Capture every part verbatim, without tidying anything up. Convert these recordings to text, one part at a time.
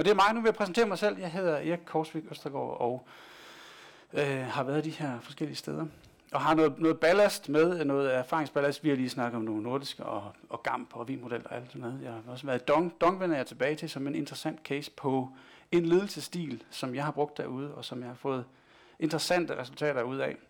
Men det er mig, nu vil jeg præsentere mig selv. Jeg hedder Erik Korsvik Østergaard og øh, har været de her forskellige steder. Og har noget, noget ballast med, noget erfaringsballast. Vi har lige snakket om nogle nordiske og, og GAMP og V-modeller og alt sådan noget. Jeg har også været i Dong. Dong vender jeg tilbage til som en interessant case på en ledelsesstil, som jeg har brugt derude, og som jeg har fået interessante resultater ud af.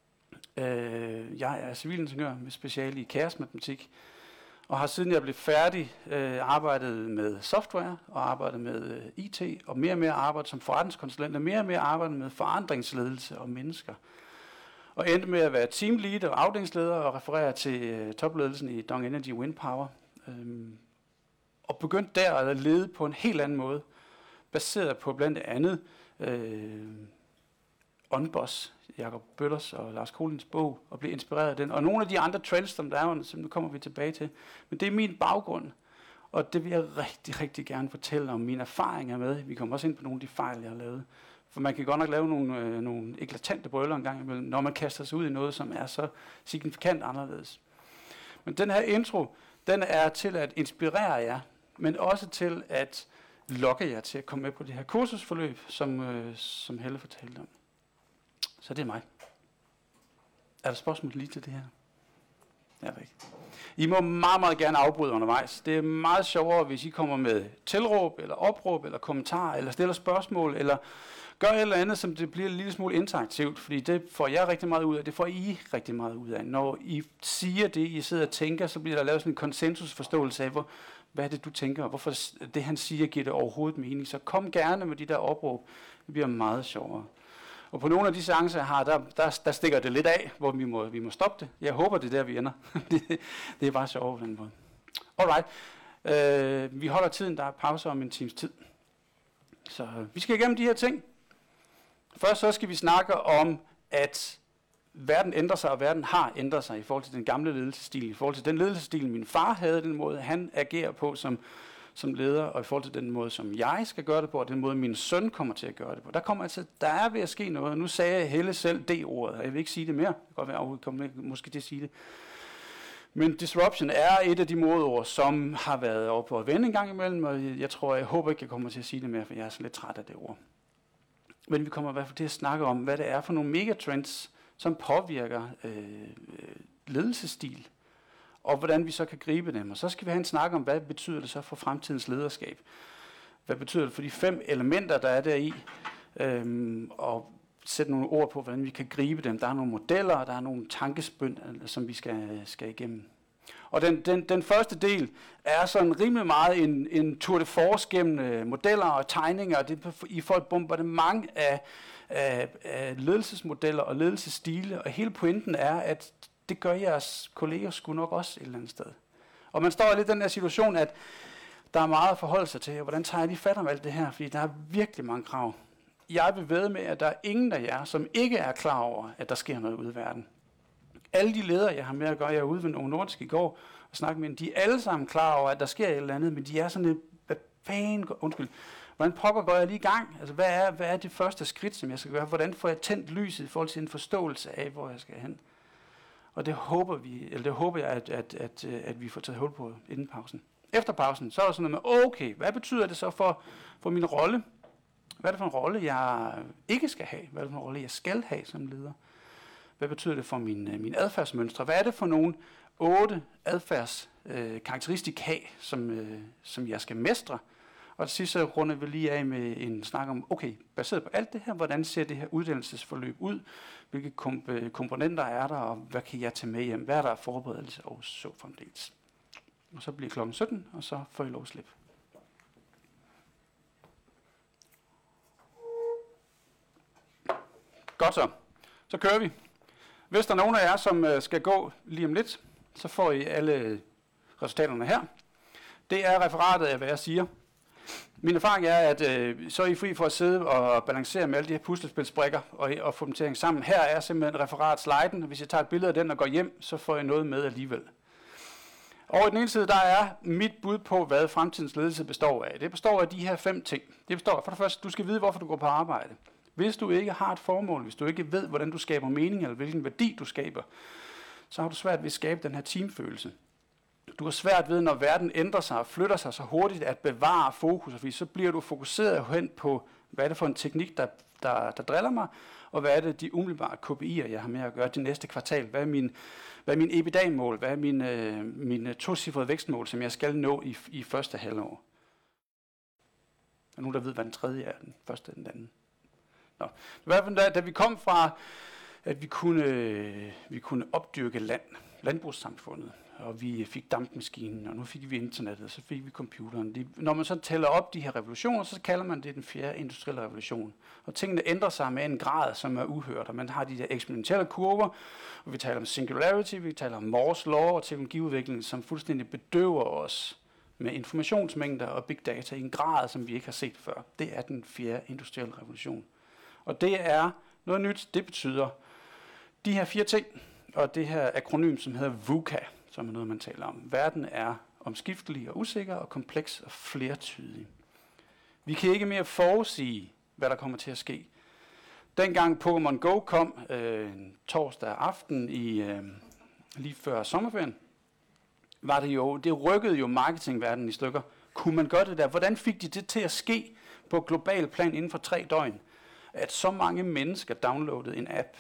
Øh, jeg er civilingeniør med speciale i kaosmatematik, og har siden jeg blev færdig øh, arbejdet med software og arbejdet med øh, I T, og mere og mere arbejdet som forretningskonsulent, og mere og mere arbejdet med forandringsledelse og mennesker. Og endte med at være teamlead og afdelingsleder og referere til øh, topledelsen i Dong Energy Wind Power. Øhm, og begyndte der at lede på en helt anden måde, baseret på blandt andet øh, OnBoss, Jakob Bøllers og Lars Kolins bog, og blev inspireret af den. Og nogle af de andre trends, som der er, som nu kommer vi tilbage til. Men det er min baggrund, og det vil jeg rigtig, rigtig gerne fortælle om mine erfaringer med. Vi kommer også ind på nogle af de fejl, jeg har lavet. For man kan godt nok lave nogle, øh, nogle eklatante brøller en gang imellem, når man kaster sig ud i noget, som er så signifikant anderledes. Men den her intro, den er til at inspirere jer, men også til at lokke jer til at komme med på det her kursusforløb, som, øh, som Helle fortalte om. Så det er mig. Er der spørgsmål lige til det her? Jeg ved ikke. I må meget, meget gerne afbryde undervejs. Det er meget sjovere, hvis I kommer med tilråb, eller opråb, eller kommentarer, eller stiller spørgsmål, eller gør et eller andet, som det bliver en lille smule interaktivt, fordi det får jeg rigtig meget ud af, det får I rigtig meget ud af. Når I siger det, I sidder og tænker, så bliver der lavet sådan en konsensusforståelse af, hvor, hvad er det, du tænker, og hvorfor det, han siger, giver det overhovedet mening. Så kom gerne med de der opråb. Det bliver meget sjovere. Og på nogle af de seancer, jeg har, der, der, der stikker det lidt af, hvor vi må, vi må stoppe det. Jeg håber, det er der, vi ender. det, det er bare sjovt på den måde. Alright. Øh, vi holder tiden, der er pause om en times tid. Så øh, vi skal igennem de her ting. Først så skal vi snakke om, at verden ændrer sig, og verden har ændret sig i forhold til den gamle ledelsesstil. I forhold til den ledelsesstil, min far havde, den måde, han agerer på som som leder, og i forhold til den måde, som jeg skal gøre det på, og den måde, min søn kommer til at gøre det på. Der kommer altså, der er ved at ske noget. Nu sagde jeg Helle selv D-ordet, og jeg vil ikke sige det mere. Det kan godt være, at jeg kommer måske til at sige det. Men disruption er et af de modord, som har været oppe på at vende en gang imellem, og jeg tror, jeg håber ikke, jeg kommer til at sige det mere, for jeg er så lidt træt af det ord. Men vi kommer i hvert fald til at snakke om, hvad det er for nogle megatrends, som påvirker øh, ledelsesstil, og hvordan vi så kan gribe dem. Og så skal vi have en snak om, hvad betyder det så for fremtidens lederskab? Hvad betyder det for de fem elementer, der er deri? Øhm, og sætte nogle ord på, hvordan vi kan gribe dem. Der er nogle modeller, og der er nogle tankespønd, som vi skal, skal igennem. Og den, den, den første del er sådan rimelig meget en, en tour de force gennem modeller og tegninger. Det, I får et bombardement af, af, af ledelsesmodeller og ledelsesstile, og hele pointen er, at det gør jeres kolleger sgu nok også et eller andet sted. Og man står lidt i den her situation, at der er meget at forholde sig til, og hvordan tager jeg lige fat om alt det her, fordi der er virkelig mange krav. Jeg vil vædde med, at der er ingen af jer, som ikke er klar over, at der sker noget ude i verden. Alle de ledere, jeg har med at gøre, jeg er ude ved Novo Nordisk i går og snakke med dem, de er alle sammen klar over, at der sker et eller andet, men de er sådan lidt, hvad fanden, undskyld, hvordan pokker går jeg lige i gang? Altså, hvad er, hvad er det første skridt, som jeg skal gøre? Hvordan får jeg tændt lyset i forhold til en forståelse af, hvor jeg skal hen? Og det håber vi, eller det håber jeg, at, at, at, at vi får taget hul på inden pausen. Efter pausen, så er der sådan noget med, okay, hvad betyder det så for, for min rolle? Hvad er det for en rolle, jeg ikke skal have? Hvad er det for en rolle, jeg skal have som leder? Hvad betyder det for min, min adfærdsmønstre? Hvad er det for nogle otte adfærdskarakteristika, øh, som, øh, som jeg skal mestre? Og til sidst så runder vi lige af med en snak om, okay, baseret på alt det her, hvordan ser det her uddannelsesforløb ud? Hvilke komp- komponenter er der, og hvad kan jeg tage med hjem? Hvad er der af forberedelse og så fremdeles? Og så bliver klokken sytten, og så får I lov at slippe. Godt så. Så kører vi. Hvis der er nogen af jer, som skal gå lige om lidt, så får I alle resultaterne her. Det er referatet af, hvad jeg siger. Min erfaring er, at øh, så er I fri for at sidde og balancere med alle de her puslespilsbrikker og, og få dem til at hænge sammen. Her er simpelthen referatsliden. Hvis jeg tager et billede af den og går hjem, så får I noget med alligevel. Og i den ene side, der er mit bud på, hvad fremtidens ledelse består af. Det består af de her fem ting. Det består af, for det første, du skal vide, hvorfor du går på arbejde. Hvis du ikke har et formål, hvis du ikke ved, hvordan du skaber mening, eller hvilken værdi du skaber, så har du svært ved at skabe den her teamfølelse. Du har svært ved, når verden ændrer sig og flytter sig så hurtigt, at bevare fokus, fordi så bliver du fokuseret hen på, hvad er det for en teknik, der, der, der driller mig, og hvad er det de umiddelbare K P I'er, jeg har med at gøre det næste kvartal. Hvad er min, hvad er min EBITDA-mål? Hvad er min, øh, min tocifrede vækstmål, som jeg skal nå i, i første halvår? Er nogen, der ved, hvad den tredje er, den første og den anden? Nå. I hvert fald, da, da vi kom fra, at vi kunne, øh, vi kunne opdyrke land, landbrugssamfundet, og vi fik dampmaskinen, og nu fik vi internettet, og så fik vi computeren. De, når man så tæller op de her revolutioner, så kalder man det den fjerde industrielle revolution. Og tingene ændrer sig med en grad, som er uhørt, og man har de der eksponentielle kurver, og vi taler om singularity, vi taler om Moore's law og teknologiudvikling, som fuldstændig bedøver os med informationsmængder og big data i en grad, som vi ikke har set før. Det er den fjerde industrielle revolution. Og det er noget nyt, det betyder de her fire ting, og det her akronym, som hedder VUCA, som er noget, man taler om. Verden er omskiftelig og usikker og kompleks og flertydig. Vi kan ikke mere forudsige, hvad der kommer til at ske. Dengang Pokémon Go kom øh, torsdag aften i øh, lige før sommerferien, var det jo, det rykkede jo marketingverdenen i stykker. Kunne man gøre det der? Hvordan fik de det til at ske på global plan inden for tre døgn? At så mange mennesker downloadede en app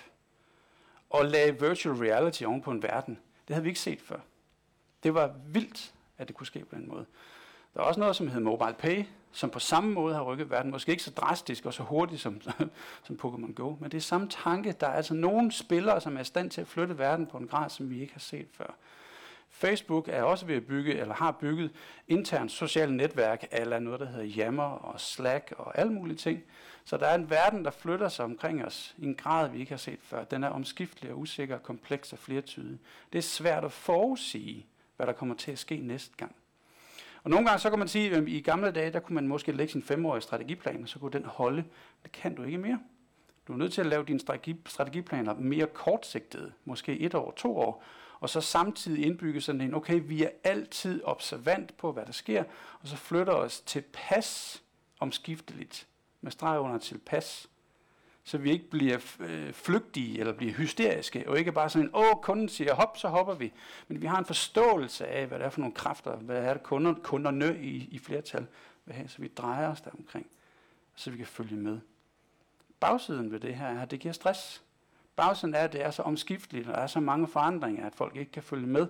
og lagde virtual reality oven på en verden. Det havde vi ikke set før. Det var vildt, at det kunne ske på den måde. Der er også noget, som hedder Mobile Pay, som på samme måde har rykket verden. Måske ikke så drastisk og så hurtigt som, som Pokémon Go, men det er samme tanke. Der er altså nogle spillere, som er i stand til at flytte verden på en grad, som vi ikke har set før. Facebook er også ved at bygge, eller har bygget internt sociale netværk, eller noget, der hedder Yammer og Slack og alle mulige ting. Så der er en verden, der flytter sig omkring os i en grad, vi ikke har set før. Den er omskiftelig og usikker, kompleks og flertydig. Det er svært at forudsige, hvad der kommer til at ske næste gang. Og nogle gange så kan man sige, at i gamle dage, der kunne man måske lægge sin femårige strategiplan, og så kunne den holde. Det kan du ikke mere. Du er nødt til at lave dine strategi, strategiplaner mere kortsigtede, måske et år, to år, og så samtidig indbygge sådan en, okay, vi er altid observant på, hvad der sker, og så flytter os tilpas omskifteligt, med streg under tilpas, så vi ikke bliver øh, flygtige eller bliver hysteriske, og ikke bare sådan en, åh, kunden siger hop, så hopper vi. Men vi har en forståelse af, hvad det er for nogle kræfter, hvad er det kunder, kunderne i, i flertal, hvad her, så vi drejer os der omkring, så vi kan følge med. Bagsiden ved det her er, at det giver stress. Bagsiden er, at det er så omskifteligt, og der er så mange forandringer, at folk ikke kan følge med.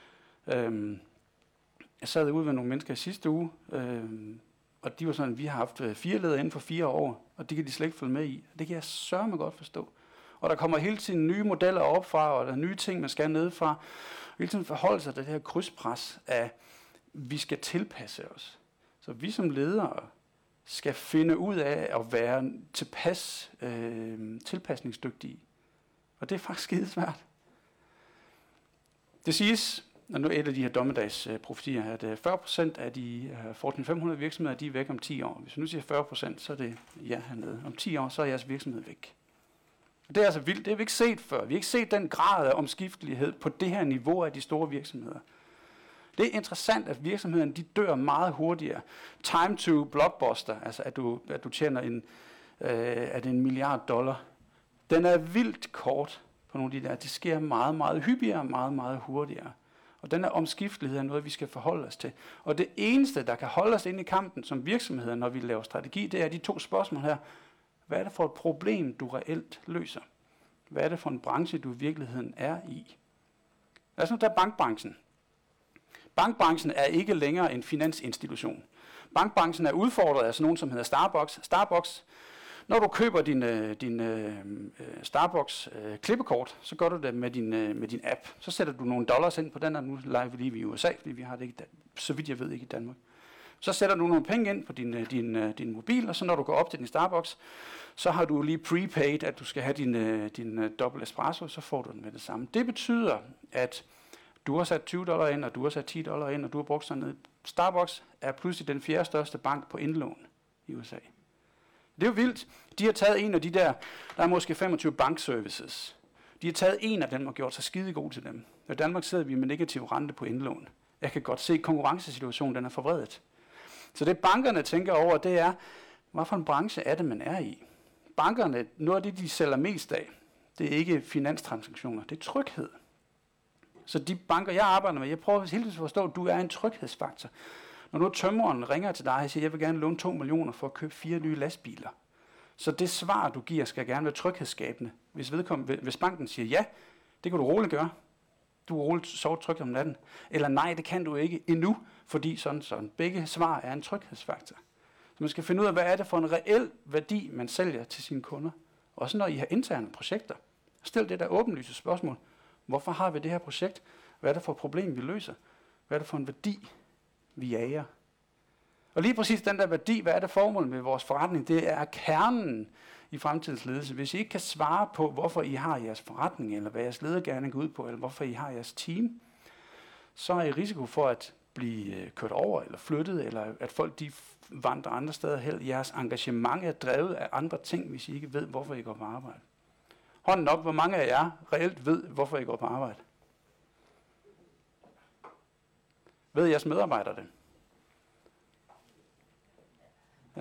Øhm, jeg sad ude ved nogle mennesker i sidste uge, øhm, og de var sådan, at vi har haft fire ledere inden for fire år, og det kan de slet ikke følge med i. Det kan jeg sørme godt forstå. Og der kommer hele tiden nye modeller op fra, og der er nye ting, man skal ned fra. Og hele tiden forholde sig til det her krydspres af, vi skal tilpasse os. Så vi som ledere skal finde ud af at være tilpas, øh, tilpasningsdygtige. Og det er faktisk skide svært. Det siges, og nu er et af de her dommedagsprofetier, at fyrre procent af de Fortune fem hundrede virksomheder, de er væk om ti år. Hvis vi nu siger fyrre procent, så er det ja hernede. Om ti år, så er jeres virksomhed væk. Og det er altså vildt. Det har vi ikke set før. Vi har ikke set den grad af omskiftelighed på det her niveau af de store virksomheder. Det er interessant, at virksomhederne de dør meget hurtigere. Time to blockbuster, altså at du, at du tjener en, øh, at en milliard dollar, den er vildt kort på nogle af de der. Det sker meget, meget hyppigere og meget, meget hurtigere. Og den her omskiftelighed er noget, vi skal forholde os til. Og det eneste, der kan holde os inde i kampen som virksomheder, når vi laver strategi, det er de to spørgsmål her. Hvad er det for et problem, du reelt løser? Hvad er det for en branche, du i virkeligheden er i? Lad os nu tage bankbranchen. Bankbranchen er ikke længere en finansinstitution. Bankbranchen er udfordret af sådan nogen, som hedder Starbucks. Starbucks, når du køber din, din uh, Starbucks uh, klippekort, så gør du det med din, uh, med din app. Så sætter du nogle dollars ind på den, og nu leger vi lige i U S A, fordi vi har det ikke, så vidt jeg ved, ikke i Danmark. Så sætter du nogle penge ind på din, uh, din, uh, din mobil, og så når du går op til din Starbucks, så har du lige prepaid, at du skal have din, uh, din uh, dobbelt espresso, så får du den med det samme. Det betyder, at du har sat tyve dollar ind, og du har sat ti dollar ind, og du har brugt sådan noget. Starbucks er pludselig den fjerde største bank på indlån i U S A. Det er jo vildt. De har taget en af de der, der er måske femogtyve bankservices. De har taget en af dem og gjort sig skide god til dem. I Danmark sidder vi med negativ rente på indlån. Jeg kan godt se, at konkurrencesituationen den er forvredet. Så det bankerne tænker over, det er, hvad for en branche er det, man er i? Bankerne, noget af det, de sælger mest af, det er ikke finanstransaktioner, det er tryghed. Så de banker, jeg arbejder med, jeg prøver hele tiden at forstå, at du er en tryghedsfaktor. Når nu tømreren ringer til dig og siger, jeg vil gerne låne to millioner for at købe fire nye lastbiler. Så det svar, du giver, skal gerne være tryghedsskabende. Hvis, vedkommende, hvis banken siger ja, det kan du roligt gøre. Du kan roligt sove trygt om natten. Eller nej, det kan du ikke endnu, fordi sådan sådan. Begge svar er en tryghedsfaktor. Så man skal finde ud af, hvad er det for en reel værdi, man sælger til sine kunder. Også når I har interne projekter. Stil det der åbenlyse spørgsmål. Hvorfor har vi det her projekt? Hvad er det for et problem, vi løser? Hvad er det for en værdi, vi jager? Og lige præcis den der værdi, hvad er det formål med vores forretning? Det er kernen i fremtidens ledelse. Hvis I ikke kan svare på, hvorfor I har jeres forretning, eller hvad jeres ledergerning går ud på, eller hvorfor I har jeres team, så er I risiko for at blive kørt over, eller flyttet, eller at folk de vandrer andre steder hen. Jeres engagement er drevet af andre ting, hvis I ikke ved, hvorfor I går på arbejde. Hånden op, hvor mange af jer reelt ved, hvorfor I går på arbejde? Ved jeres medarbejdere det? Ja.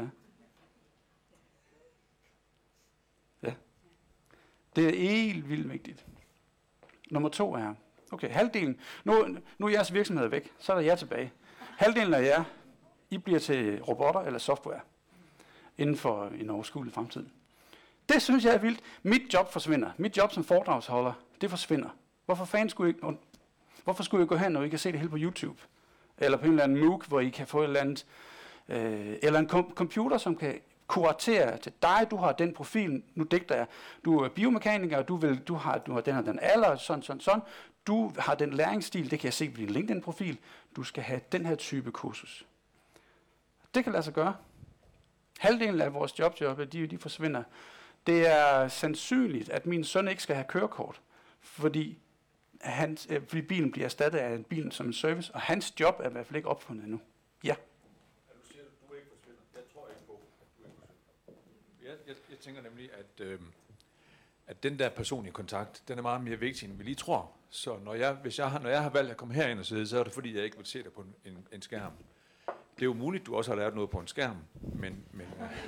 Ja. Det er helt vildt vigtigt. Nummer to er, okay, halvdelen, nu, nu er jeres virksomhed væk, så er der jer tilbage. Halvdelen af jer, I bliver til robotter eller software inden for en overskuelig fremtid. Det synes jeg er vildt. Mit job forsvinder. Mit job som foredragsholder, det forsvinder. Hvorfor fanden skulle I, hvorfor skulle I gå hen, når I kan se det hele på YouTube? Eller på en eller anden MOOC, hvor I kan få et eller andet, øh, eller en kom- computer, som kan kuratere til dig. Du har den profil, nu digter jeg. Du er biomekaniker, og du, vil, du, har, du har den og den alder, sådan, sådan, sådan. Du har den læringsstil, det kan jeg se på din LinkedIn-profil. Du skal have den her type kursus. Det kan lade sig gøre. Halvdelen af vores jobjob, de, de forsvinder. Det er sandsynligt, at min søn ikke skal have kørekort, fordi, han, øh, fordi bilen bliver erstattet af en bil som en service, og hans job er i hvert fald ikke opfundet endnu. Ja. Du siger, at du ikke forsvinder. Jeg tror ikke på, at du ikke forsvinder. Jeg, jeg, jeg tænker nemlig, at, øh, at den der personlige kontakt, den er meget mere vigtig, end vi lige tror. Så når jeg, hvis jeg har, når jeg har valgt at komme herind og sidde, så er det fordi, jeg ikke vil se dig på en, en, en skærm. Det er jo muligt, at du også har lært noget på en skærm, men... men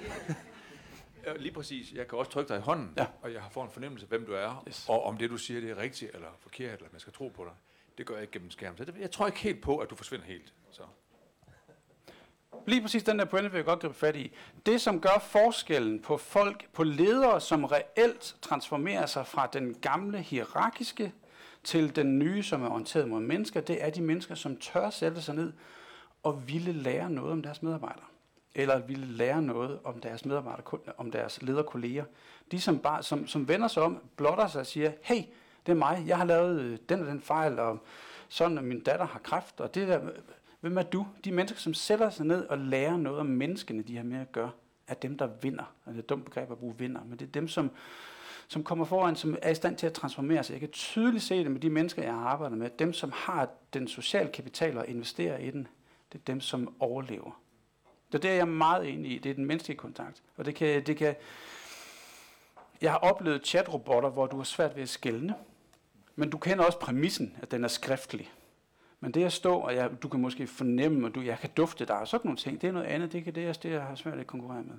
lige præcis. Jeg kan også trykke dig i hånden, ja. Og jeg får en fornemmelse af, hvem du er, yes. Og om det, du siger, det er rigtigt eller forkert, eller man skal tro på dig. Det gør jeg ikke gennem skærmen. Så det, jeg tror ikke helt på, at du forsvinder helt. Så. Lige præcis den der pointe vil jeg godt gribe fat i. Det, som gør forskellen på folk, på ledere, som reelt transformerer sig fra den gamle hierarkiske til den nye, som er orienteret mod mennesker, det er de mennesker, som tør sætte sig ned og ville lære noget om deres medarbejdere. Eller ville lære noget om deres medarbejdere, om deres lederkolleger. De, som, bare, som, som vender sig om, blotter sig og siger, hey, det er mig, jeg har lavet den og den fejl, og sådan, at min datter har kræft, og det der, hvem er du? De mennesker, som sætter sig ned og lærer noget om menneskene, de har med at gøre, er dem, der vinder. Og det er et dumt begreb at bruge vinder, men det er dem, som, som kommer foran, som er i stand til at transformere sig. Jeg kan tydeligt se det med de mennesker, jeg har arbejdet med. Dem, som har den sociale kapital og investerer i den, det er dem, som overlever. Det er det, jeg er meget enig i. Det er den menneskelige kontakt. Og det kan, det kan... Jeg har oplevet chatrobotter, hvor du har svært ved at skelne. Men du kender også præmissen, at den er skriftlig. Men det at stå, og jeg, du kan måske fornemme, og du, jeg kan dufte dig, og sådan nogle ting, det er noget andet. Det kan det, det jeg har svært ved at konkurrere med.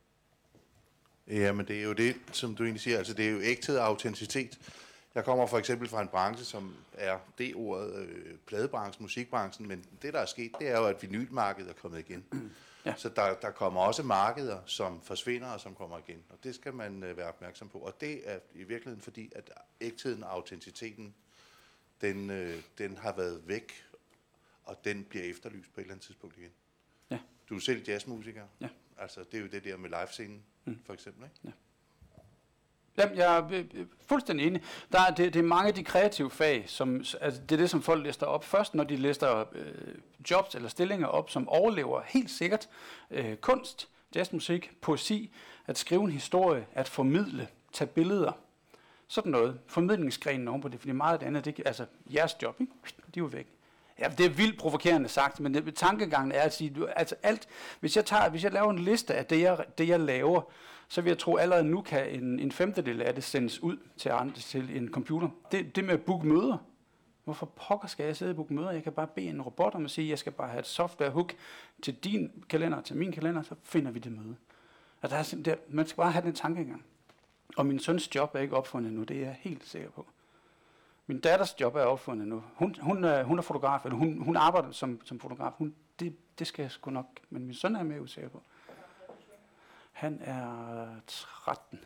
Ja, men det er jo det, som du egentlig siger. Altså, det er jo ægthed og autenticitet. Jeg kommer for eksempel fra en branche, som er det ordet, øh, pladebranchen, musikbranchen, men det, der er sket, det er jo, at vinylmarkedet er kommet igen. Ja. Så der, der kommer også markeder, som forsvinder og som kommer igen, og det skal man øh, være opmærksom på. Og det er i virkeligheden fordi, at ægtheden og autenticiteten, den, øh, den har været væk, og den bliver efterlyst på et eller andet tidspunkt igen. Ja. Du er selv jazzmusiker. Ja. Altså, det er jo det der med livescenen, mm. for eksempel, ikke? Ja. Jamen, jeg er fuldstændig enig. Der er, det, det er mange af de kreative fag, som, altså det er det, som folk lister op først, når de lister øh, jobs eller stillinger op, som overlever helt sikkert øh, kunst, jazzmusik, poesi, at skrive en historie, at formidle, tage billeder, sådan noget. Formidlingsgrenen ovenpå det, fordi meget af det andet, det, altså jeres job, ikke? De er jo væk. Ja, det er vildt provokerende sagt, men det, tankegangen er at sige, du, altså alt, hvis jeg, tager, hvis jeg laver en liste af det jeg, det, jeg laver, så vil jeg tro, at allerede nu kan en, en femtedel af det sendes ud til, andre, til en computer. Det, det med at booke møder. Hvorfor pokker skal jeg sidde og booke møder? Jeg kan bare bede en robot om at sige, at jeg skal bare have et software hook til din kalender, til min kalender, så finder vi det møde. Og der er, der, man skal bare have den tankegang. Og min søns job er ikke opfundet endnu, det er jeg helt sikker på. Min datters job er opfundet nu. Hun, hun, er, hun er fotograf, eller hun, hun arbejder som, som fotograf. Hun, det, det skal jeg sgu nok, men min søn er mere usikker på. Han er tretten.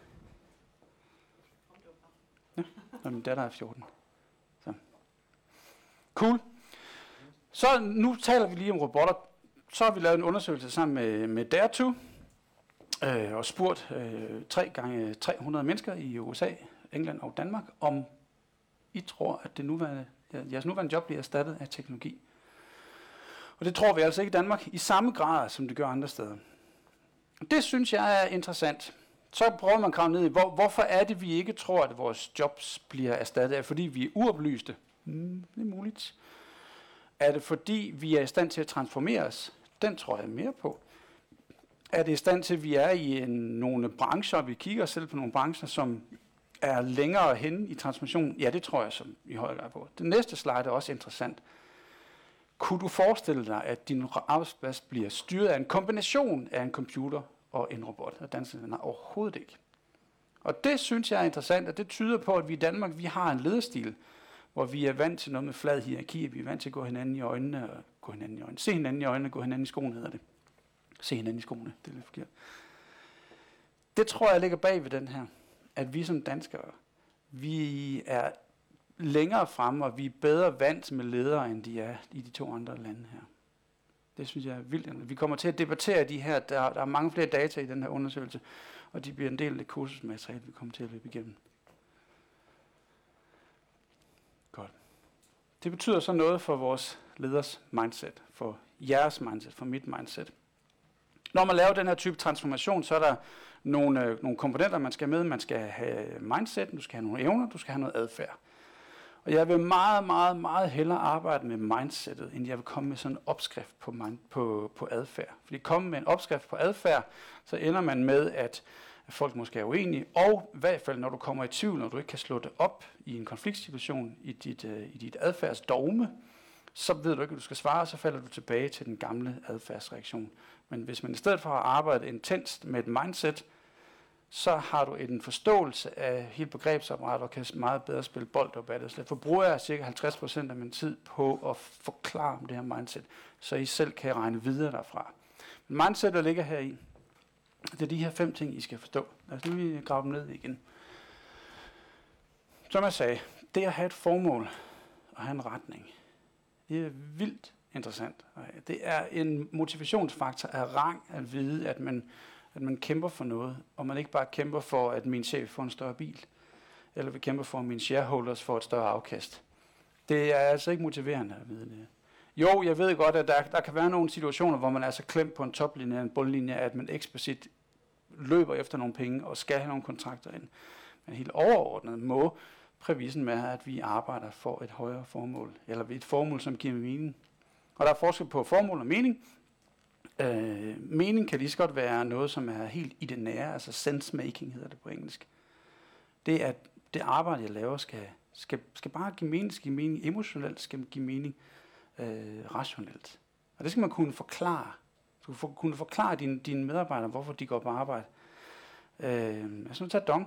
Ja, og min datter er fjorten. Så. Cool. Så nu taler vi lige om robotter. Så har vi lavet en undersøgelse sammen med, med Dare to, øh, og spurgt øh, tre gange tre hundrede mennesker i U S A, England og Danmark, om I tror, at det nuværende, jeres nuværende job bliver erstattet af teknologi. Og det tror vi altså ikke i Danmark i samme grad, som det gør andre steder. Det synes jeg er interessant. Så prøver man at grave ned i, hvor, hvorfor er det, vi ikke tror, at vores jobs bliver erstattet af, fordi vi er uoplyste? Hmm, det er muligt. Er det fordi, vi er i stand til at transformere os? Den tror jeg mere på. Er det i stand til, at vi er i en, nogle brancher, vi kigger selv på nogle brancher, som er længere henne i transformationen? Ja, det tror jeg som i høj grad på. Den næste slide er også interessant. Kunne du forestille dig, at din arbejdsplads bliver styret af en kombination af en computer og en robot? Og dansen er overhovedet ikke. Og det synes jeg er interessant, og det tyder på, at vi i Danmark vi har en lederstil, hvor vi er vant til noget med flad hierarki, vi er vant til at gå hinanden i øjnene, og gå hinanden i øjnene, se hinanden i øjnene, gå hinanden i skoene, hedder det. Se hinanden i skoene, det er lidt forkert. Det tror jeg ligger bag ved den her, at vi som danskere, vi er længere fremme, og vi er bedre vant med ledere, end de er i de to andre lande her. Det synes jeg er vildt. Vi kommer til at debattere de her, der, der er mange flere data i den her undersøgelse, og de bliver en del af det kursusmateriale, vi kommer til at løbe igennem. Godt. Det betyder så noget for vores leders mindset, for jeres mindset, for mit mindset. Når man laver den her type transformation, så er der nogle, øh, nogle komponenter, man skal med. Man skal have mindset, du skal have nogle evner, du skal have noget adfærd. Og jeg vil meget, meget, meget hellere arbejde med mindsetet, end jeg vil komme med sådan en opskrift på, mind, på, på adfærd. Fordi komme med en opskrift på adfærd, så ender man med, at folk måske er uenige, og i hvert fald, når du kommer i tvivl, når du ikke kan slå det op i en konfliktsituation, i dit, uh, i dit adfærdsdogme, så ved du ikke, at du skal svare, så falder du tilbage til den gamle adfærdsreaktion. Men hvis man i stedet for at arbejde intenst med et mindset, så har du en forståelse af hele begrebsapparatet, og kan meget bedre spille bold og batte. Så derfor bruger jeg cirka halvtreds procent af min tid på at forklare om det her mindset, så I selv kan regne videre derfra. Men mindset, der ligger her i, det er de her fem ting, I skal forstå. Lad os lige grave dem ned igen. Som jeg sagde, det at have et formål og have en retning, det er vildt interessant. Det er en motivationsfaktor af rang at vide, at man, at man kæmper for noget, og man ikke bare kæmper for, at min chef får en større bil, eller vi kæmper for, at mine shareholders får et større afkast. Det er altså ikke motiverende at vide det. Jo, jeg ved godt, at der, der kan være nogle situationer, hvor man er så klemt på en toplinje og en bundlinje, at man eksplicit løber efter nogle penge og skal have nogle kontrakter ind. Men helt overordnet må præmissen være, at vi arbejder for et højere formål, eller et formål, som giver mening. Og der er forskel på formål og mening. Øh, mening kan lige så godt være noget, som er helt i det nære, altså sense-making hedder det på engelsk. Det er, at det arbejde, jeg laver, skal, skal, skal bare give mening, skal give mening emotionelt, skal give mening øh, rationelt. Og det skal man kunne forklare. Du skal kunne forklare dine, dine medarbejdere, hvorfor de går på arbejde. Øh, altså nu tager Dong.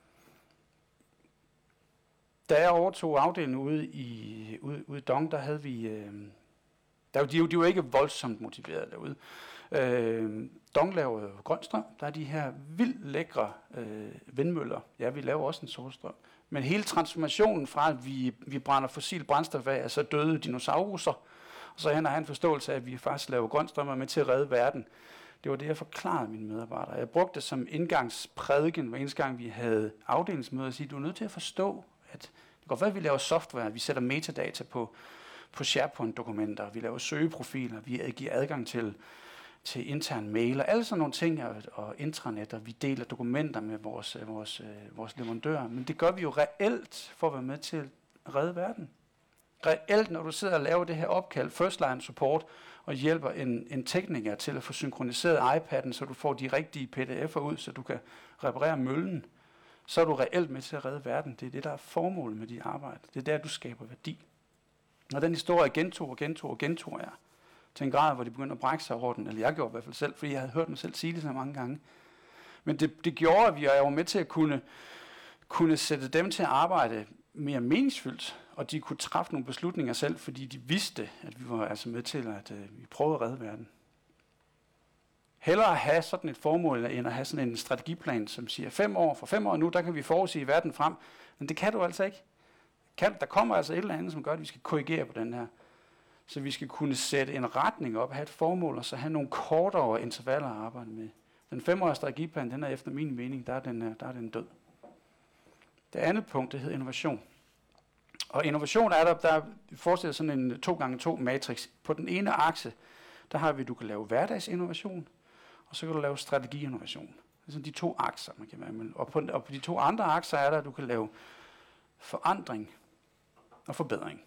Da jeg overtog afdelingen ude i, ude, ude i Dong, der havde vi... Øh, der, de, de var ikke voldsomt motiverede derude. Øh, Dong laver grøn strøm. Der er de her vildt lækre øh, vindmøller. Ja, vi laver også en solstrøm. Men hele transformationen fra, at vi, vi brænder fossil brændstof af, altså døde dinosauruser, og så hen har han en forståelse af, at vi faktisk laver grøn strøm og er med til at redde verden. Det var det, jeg forklarede mine medarbejdere. Jeg brugte det som indgangsprædiken, hver eneste gang vi havde afdelingsmøder, og sige, du er nødt til at forstå, at det kan godt være, at vi laver software, vi sætter metadata på, på SharePoint-dokumenter, vi laver søgeprofiler, vi giver adgang til, til intern mail, og alle sådan nogle ting, og, og intranet, og vi deler dokumenter med vores, vores, vores leverandører. Men det gør vi jo reelt for at være med til at redde verden. Reelt, når du sidder og laver det her opkald, first line support, og hjælper en, en tekniker til at få synkroniseret iPad'en, så du får de rigtige P D F'er ud, så du kan reparere møllen, så er du reelt med til at redde verden. Det er det, der er formålet med dit arbejde. Det er der, du skaber værdi. Og den historie gentog og gentog og gentog jeg til en grad, hvor de begyndte at brække sig over den, eller jeg gjorde i hvert fald selv, fordi jeg havde hørt mig selv sige det så mange gange. Men det, det gjorde, at vi var med til at kunne, kunne sætte dem til at arbejde mere meningsfyldt, og de kunne træffe nogle beslutninger selv, fordi de vidste, at vi var altså med til, at øh, vi prøvede at redde verden. Hellere at have sådan et formål, end at have sådan en strategiplan, som siger fem år, for fem år nu, der kan vi forudsige verden frem. Men det kan du altså ikke. Kan, der kommer altså et eller andet, som gør, at vi skal korrigere på den her. Så vi skal kunne sætte en retning op, have et formål, og så have nogle kortere intervaller at arbejde med. Den femårige strategiplan, den er efter min mening, der er den, der er den død. Det andet punkt, det hedder innovation. Og innovation er der, der forestiller sådan en to gange to matrix. På den ene akse, der har vi, at du kan lave hverdagsinnovation, og så kan du lave strategiinnovation. Det er sådan de to akser, man kan være med. Og på, og på de to andre akser er der, at du kan lave forandring og forbedring.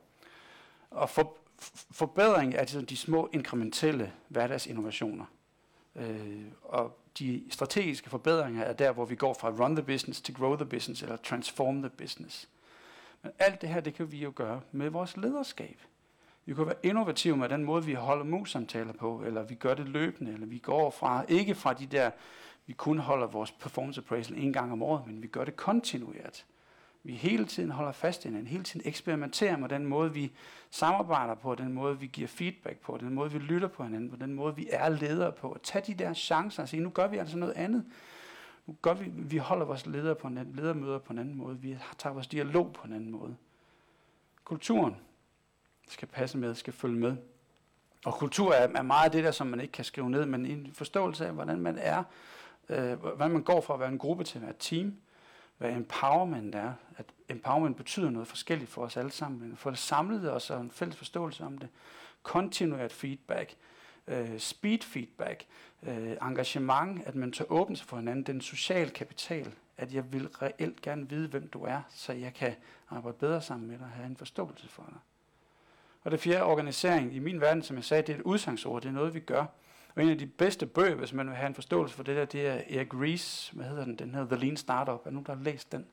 Og for, forbedring er sådan de små inkrementelle hverdagsinnovationer. Øh, og de strategiske forbedringer er der, hvor vi går fra run the business til grow the business, eller transform the business. Men alt det her, det kan vi jo gøre med vores lederskab. Vi kan være innovative med den måde, vi holder mus-samtaler på, eller vi gør det løbende, eller vi går fra, ikke fra de der, vi kun holder vores performance appraisal en gang om året, men vi gør det kontinuert. Vi hele tiden holder fast i hinanden, hele tiden eksperimenterer med den måde, vi samarbejder på, den måde, vi giver feedback på, den måde, vi lytter på hinanden, på den måde, vi er ledere på. At tage de der chancer og sige, nu gør vi altså noget andet. Nu gør vi, vi holder vores ledere på en anden, ledermøder på en anden måde. Vi tager vores dialog på en anden måde. Kulturen skal passe med, skal følge med. Og kultur er, er meget af det der, som man ikke kan skrive ned, men en forståelse af, hvordan man er, øh, hvordan man går fra at være en gruppe til at være et team, hvad empowerment er. At empowerment betyder noget forskelligt for os alle sammen, men for det samlede os og en fælles forståelse om det. Kontinuert feedback, øh, speed feedback, øh, engagement, at man tør åbne sig for hinanden, den sociale kapital, at jeg vil reelt gerne vide, hvem du er, så jeg kan arbejde bedre sammen med dig og have en forståelse for dig. Og det fjerde, organisering. I min verden, som jeg sagde, det er et udsangsord, det er noget, vi gør. Og en af de bedste bøger, hvis man vil have en forståelse for det der, det er Eric Ries, hvad hedder den? Den hedder The Lean Startup. Er der nogen, der har læst den? Det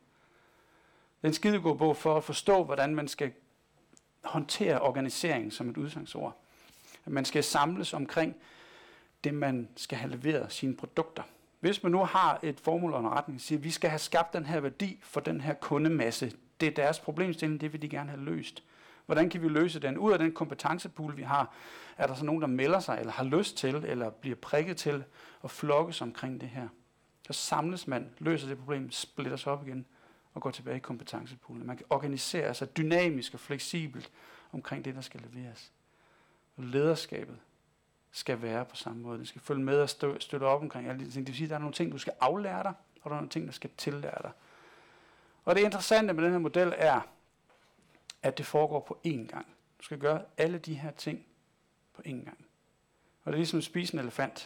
er en skidegod bog for at forstå, hvordan man skal håndtere organisering som et udsangsord. At man skal samles omkring det, man skal have leveret, sine produkter. Hvis man nu har et formål og en retning, siger, at vi skal have skabt den her værdi for den her kundemasse, det er deres problemstilling, det vil de gerne have løst. Hvordan kan vi løse den? Ud af den kompetencepool, vi har, er der så nogen, der melder sig, eller har lyst til, eller bliver prikket til at flokkes omkring det her. Så samles man, løser det problem, splitter sig op igen, og går tilbage i kompetencepoolen. Man kan organisere sig dynamisk og fleksibelt omkring det, der skal leveres. Og lederskabet skal være på samme måde. Det skal følge med og stø, støtte op omkring alle de ting. Det vil sige, at der er nogle ting, du skal aflære dig, og der er nogle ting, der skal tillære dig. Og det interessante med den her model er, at det foregår på én gang. Du skal gøre alle de her ting på én gang. Og det er ligesom at spise en elefant.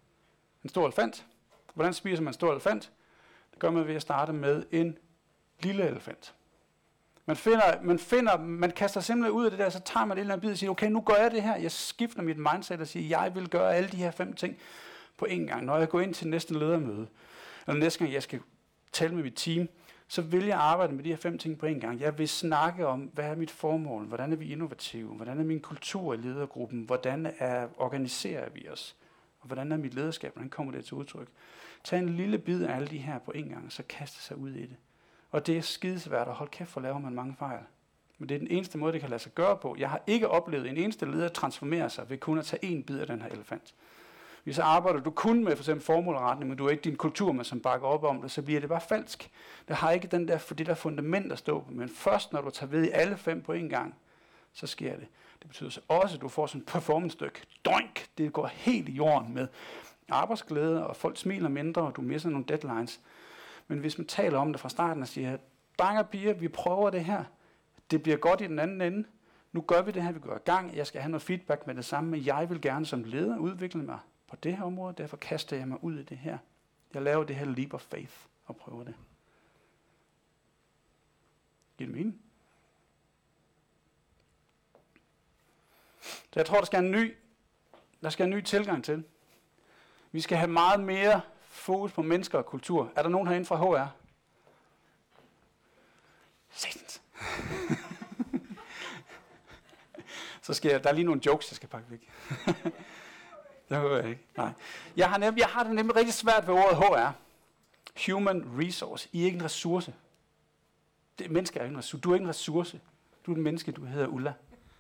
En stor elefant. Hvordan spiser man en stor elefant? Det gør man ved at starte med en lille elefant. Man finder, man finder, man kaster simpelthen ud af det der, så tager man et eller andet bid og siger, okay, nu gør jeg det her. Jeg skifter mit mindset og siger, jeg vil gøre alle de her fem ting på én gang. Når jeg går ind til næste ledermøde, eller næste gang jeg skal tale med mit team, så vil jeg arbejde med de her fem ting på en gang. Jeg vil snakke om, hvad er mit formål, hvordan er vi innovative, hvordan er min kultur i ledergruppen, hvordan er, organiserer vi os, og hvordan er mit lederskab, hvordan kommer det til udtryk. Tag en lille bid af alle de her på en gang, så kaste sig ud i det. Og det er skidesvært, og hold kæft, for laver man mange fejl. Men det er den eneste måde, det kan lade sig gøre på. Jeg har ikke oplevet en eneste leder transformere sig ved kun at tage en bid af den her elefant. Hvis så arbejder du kun med for eksempel formålretning, men du er ikke din kultur, med, som bakker op om det, så bliver det bare falsk. Det har ikke den der, for det der fundament at stå på. Men først når du tager ved i alle fem på en gang, så sker det. Det betyder så også, at du får sådan et performance-stykke. Doink! Det går helt i jorden med arbejdsglæde, og folk smiler mindre, og du misser nogle deadlines. Men hvis man taler om det fra starten og siger, drenge og piger, vi prøver det her. Det bliver godt i den anden ende. Nu gør vi det her, vi går i gang. Jeg skal have noget feedback med det samme, men jeg vil gerne som leder udvikle mig på det her område, derfor kaster jeg mig ud i det her. Jeg laver det her leap of faith og prøver det. Giver det mening? Så jeg tror, der skal en ny, der skal en ny tilgang til. Vi skal have meget mere fokus på mennesker og kultur. Er der nogen herinde fra H R? Satans. Så skal jeg, der er lige nogle jokes, jeg skal pakke væk. Det hører jeg ikke. Nej. Jeg har, nemlig, jeg har det nemlig rigtig svært ved ordet H R. Human resource. I er ikke en ressource. Det, mennesker er ikke en ressource. Du er ikke en ressource. Du er et menneske, du hedder Ulla.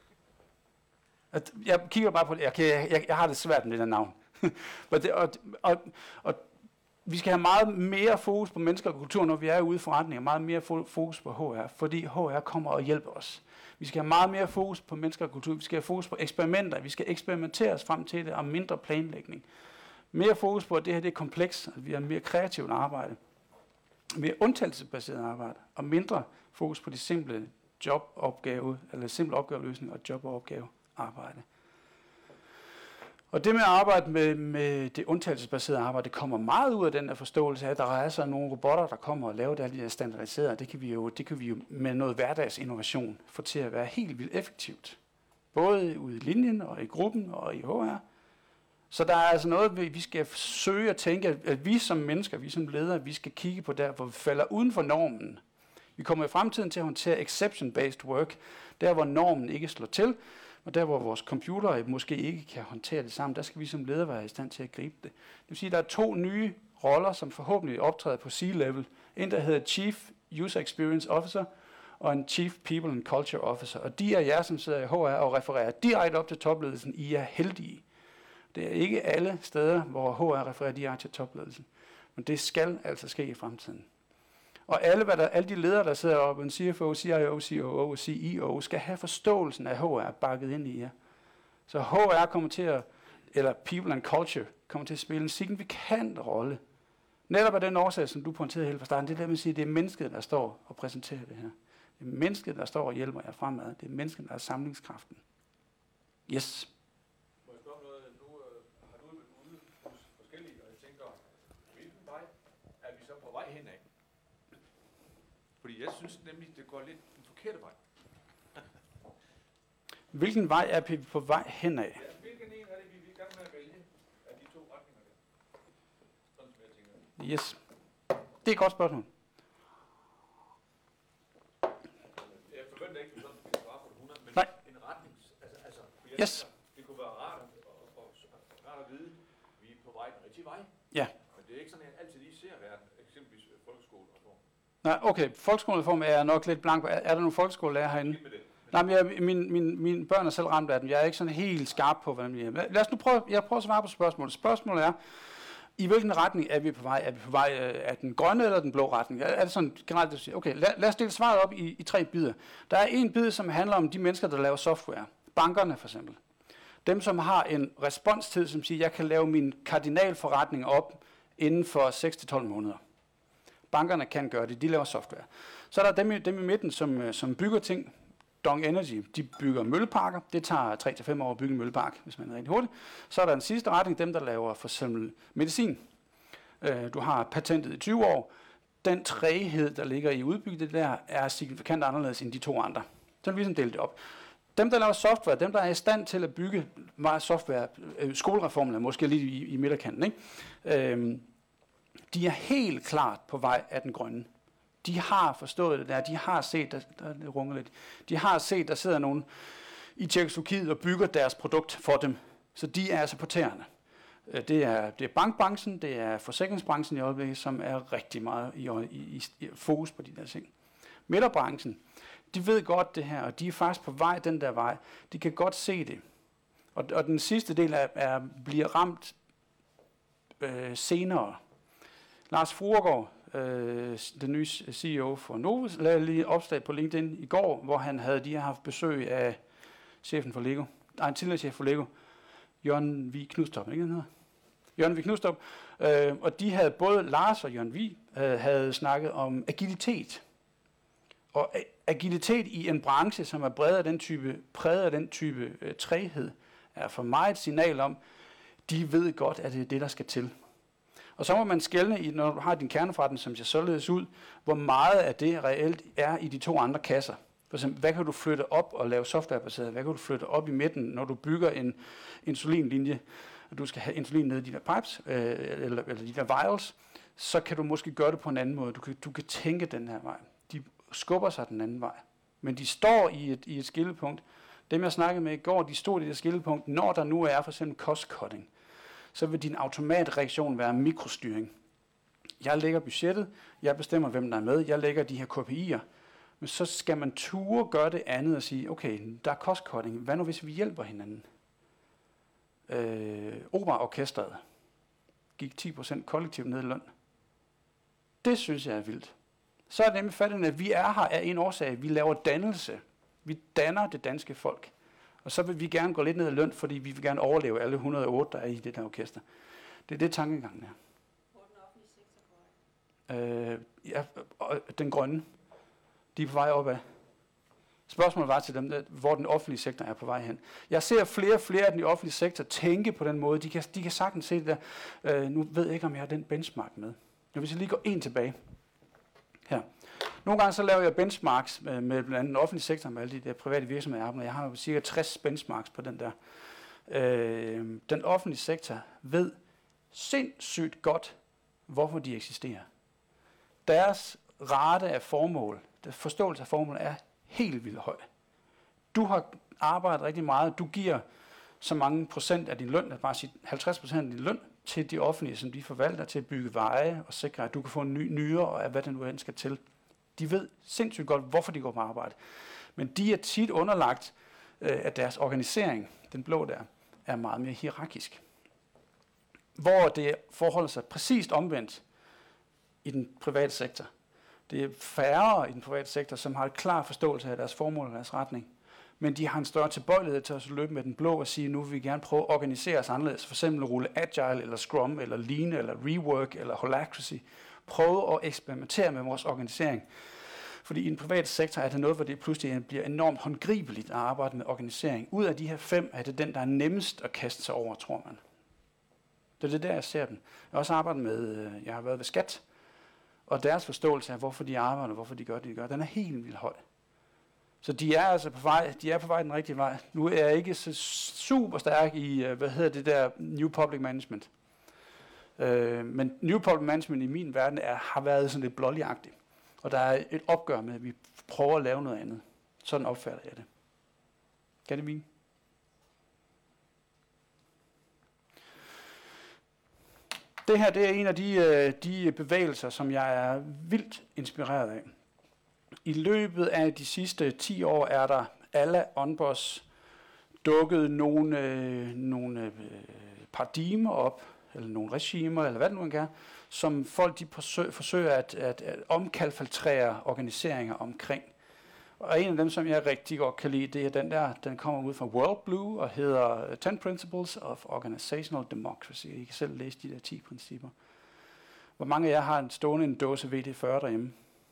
At jeg kigger bare på det. Jeg, kan, jeg, jeg har det svært med det der navn. det, og, og, og vi skal have meget mere fokus på mennesker og kultur, når vi er ude i forretninger. Meget mere fokus på H R, fordi H R kommer og hjælper os. Vi skal have meget mere fokus på mennesker og kultur. Vi skal have fokus på eksperimenter. Vi skal eksperimentere os frem til det, og mindre planlægning. Mere fokus på, at det her det er komplekst, at vi har mere kreativt arbejde. Mere undtagelsesbaseret arbejde, og mindre fokus på de simple jobopgave, eller simple opgaveløsning og job- og opgavearbejde. Og det med at arbejde med, med det undtagelsesbaserede arbejde, det kommer meget ud af den der forståelse af, at der er så nogle robotter, der kommer og laver det her standardiseret. Det kan vi jo, det kan vi jo med noget hverdagsinnovation få til at være helt vildt effektivt. Både ude i linjen og i gruppen og i H R. Så der er altså noget, vi skal søge at tænke, at vi som mennesker, vi som ledere, vi skal kigge på der, hvor vi falder uden for normen. Vi kommer i fremtiden til at håndtere exception-based work, der hvor normen ikke slår til, og der hvor vores computere måske ikke kan håndtere det sammen, der skal vi som ledere være i stand til at gribe det. Det vil sige, at der er to nye roller, som forhåbentlig optræder på C-level. En, der hedder Chief User Experience Officer, og en Chief People and Culture Officer. Og de er jer, som sidder i H R og refererer direkte op til topledelsen. I er heldige. Det er ikke alle steder, hvor H R refererer direkte til topledelsen. Men det skal altså ske i fremtiden. Og alle, hvad der, alle de ledere, der sidder oppe, en C F O, C I O, C O O og C E O, skal have forståelsen af H R bakket ind i jer. Så H R kommer til at, eller People and Culture, kommer til at spille en signifikant rolle. Netop af den årsag, som du pointerede helt fra starten, det er det, man siger, det er mennesket, der står og præsenterer det her. Det er mennesket, der står og hjælper jer fremad. Det er mennesket, der er samlingskraften. Yes. Må jeg spørge noget? Nu øh, har du været ude hos forskellige, og jeg tænker, hvilken vej er vi så på vej henad? Fordi jeg synes nemlig, det går lidt den forkerte vej. Hvilken vej er vi på vej henad? Ja, hvilken en er det, vi vil gerne med at vælge af de to retninger der? Sådan som jeg tænker. Yes. Det er et godt spørgsmål. Jeg forventer ikke, at du sådan skal svare på det hundrede, men Nej. En retning, altså, altså Yes. tænker, det kunne være rart at, og, og, rart at vide, at vi er på vej den rigtige vej. Ja. Men det er ikke sådan, at jeg altid lige ser verden, eksempelvis folkeskolereform. Nej, okay. Folkeskolereform er jeg nok lidt blank på. Er, er der nogle folkeskolelærer herinde? Med det. Nej, men jeg, min, min, mine børn er selv ramt af den. Jeg er ikke sådan helt skarp på, hvordan vi er. Lad os nu prøve, jeg prøver at svare på spørgsmålet. Spørgsmålet er, i hvilken retning er vi på vej? Er vi på vej af den grønne eller den blå retning? Er det sådan generelt, at sige, okay, lad, lad os dele svaret op i, i tre bidder. Der er en bid, som handler om de mennesker, der laver software. Bankerne for eksempel. Dem, som har en responstid, som siger, jeg kan lave min kardinalforretning op inden for seks til tolv måneder. Bankerne kan gøre det, de laver software. Så er der dem, dem i midten, som, som bygger ting. Dong Energy, de bygger mølleparker. Det tager tre til fem år at bygge en møllepark, hvis man er rigtig hurtigt. Så er der en sidste retning, dem der laver for eksempel medicin. Øh, du har patentet i tyve år. Den træghed, der ligger i udbygget der, er signifikant anderledes end de to andre. Så er vi ligesom delt det op. Dem, der laver software, dem, der er i stand til at bygge meget software, øh, skolereformen er måske lidt i, i midterkanten, ikke? Øh, de er helt klart på vej af den grønne. De har forstået det der, de har set, der, der runger lidt, de har set, der sidder nogen i Tjekkoslovakiet og bygger deres produkt for dem. Så de er altså på tæerne. Det er, det er bankbranchen, det er forsikringsbranchen i øjeblikket, som er rigtig meget i, i, i fokus på de der ting. Midterbranchen, de ved godt det her, og de er faktisk på vej den der vej. De kan godt se det. Og, og den sidste del er, er, bliver ramt øh, senere. Lars Fruergaard, øh, den nye C E O for Novus, lavede lige opslag på LinkedIn i går, hvor han havde de har haft besøg af chefen for Lego, nej, en tidligere chef for Lego, Jørgen V. Knudstrup, ikke den hedder? Jørgen V. Knudstrup, øh, og de havde både Lars og Jørgen V. Øh, havde snakket om agilitet. Og agilitet i en branche, som er præget af den type, præget af den type øh, træghed, er for mig et signal om, de ved godt, at det er det, der skal til. Og så må man skelne, i, når du har din kerneforretning, som ser således ud, hvor meget af det reelt er i de to andre kasser. For eksempel, hvad kan du flytte op og lave softwarebaseret? Hvad kan du flytte op i midten, når du bygger en insulinlinje, og du skal have insulin ned i de der pipes, øh, eller, eller de der vials, så kan du måske gøre det på en anden måde. Du kan, du kan tænke den her vej. De skubber sig den anden vej. Men de står i et, i et skillepunkt. Dem, jeg snakkede med i går, de stod i det skillepunkt, når der nu er for eksempel cost cutting. Så vil din automatreaktion være mikrostyring. Jeg lægger budgettet, jeg bestemmer, hvem der er med, jeg lægger de her K P I'er, Men så skal man ture gøre det andet og sige, okay, der er cost cutting. Hvad nu hvis vi hjælper hinanden? Øh, Operaorkestret gik ti procent kollektivt ned i løn. Det synes jeg er vildt. Så er det nemlig fat, at vi er her af en årsag. Vi laver dannelse. Vi danner det danske folk. Og så vil vi gerne gå lidt ned i løn, fordi vi vil gerne overleve alle et hundrede og otte, der er i det der orkester. Det er det tankegangen er. Hvor den offentlige sektor går Øh, ja, og den grønne. De er på vej opad. Spørgsmålet var til dem, hvor den offentlige sektor er på vej hen. Jeg ser flere og flere af den offentlige sektor tænke på den måde. De kan, de kan sagtens se det der. Øh, nu ved jeg ikke, om jeg har den benchmark med. Jeg vil lige gå en tilbage. Her. Nogle gange så laver jeg benchmarks med, med blandt andet den offentlige sektor, med alle de der private virksomheder. Jeg har jo cirka tres benchmarks på den der. Øh, den offentlige sektor ved sindssygt godt, hvorfor de eksisterer. Deres rate af formål, forståelse af formål er helt vildt høj. Du har arbejdet rigtig meget, du giver så mange procent af din løn, at bare sige halvtreds procent af din løn, til de offentlige, som de forvalter, til at bygge veje og sikre, at du kan få en ny nyere og hvad den nu end skal til. De ved sindssygt godt, hvorfor de går på arbejde. Men de er tit underlagt, øh, at deres organisering, den blå der, er meget mere hierarkisk. Hvor det forholder sig præcist omvendt i den private sektor. Det er færre i den private sektor, som har en klar forståelse af deres formål og deres retning. Men de har en større tilbøjelighed til at løbe med den blå og sige, nu vil vi gerne prøve at organisere os anderledes. For eksempel rulle Agile, eller Scrum, eller Lean, eller Rework, eller Holacracy. Prøve at eksperimentere med vores organisering. Fordi i den private sektor er det noget, hvor det pludselig bliver enormt håndgribeligt at arbejde med organisering. Ud af de her fem er det den, der er nemmest at kaste sig over, tror man. Det er det der, jeg ser dem. Jeg har også arbejdet med, jeg har været ved Skat, og deres forståelse af, hvorfor de arbejder, og hvorfor de gør det, de gør, den er helt vildt høj. Så de er altså på vej, de er på vej den rigtige vej. Nu er jeg ikke så super stærk i, hvad hedder det der, New Public Management. Øh, men New Public Management i min verden er, har været sådan lidt blåligagtigt. Og der er et opgør med, at vi prøver at lave noget andet. Sådan opfatter jeg det. Kan det mine? Det her, det er en af de, de bevægelser, som jeg er vildt inspireret af. I løbet af de sidste ti år er der alle onboss dukket nogle, øh, nogle øh, paradigmer op, eller nogle regimer, eller hvad det nu end er, som folk de forsøger, forsøger at, at, at omkalfiltrere organiseringer omkring. Og en af dem, som jeg rigtig godt kan lide, det er den der, den kommer ud fra World Blue og hedder ten Principles of Organizational Democracy. I kan selv læse de der ti principper. Hvor mange af jer har en stående en dåse V D fyrre derhjemme?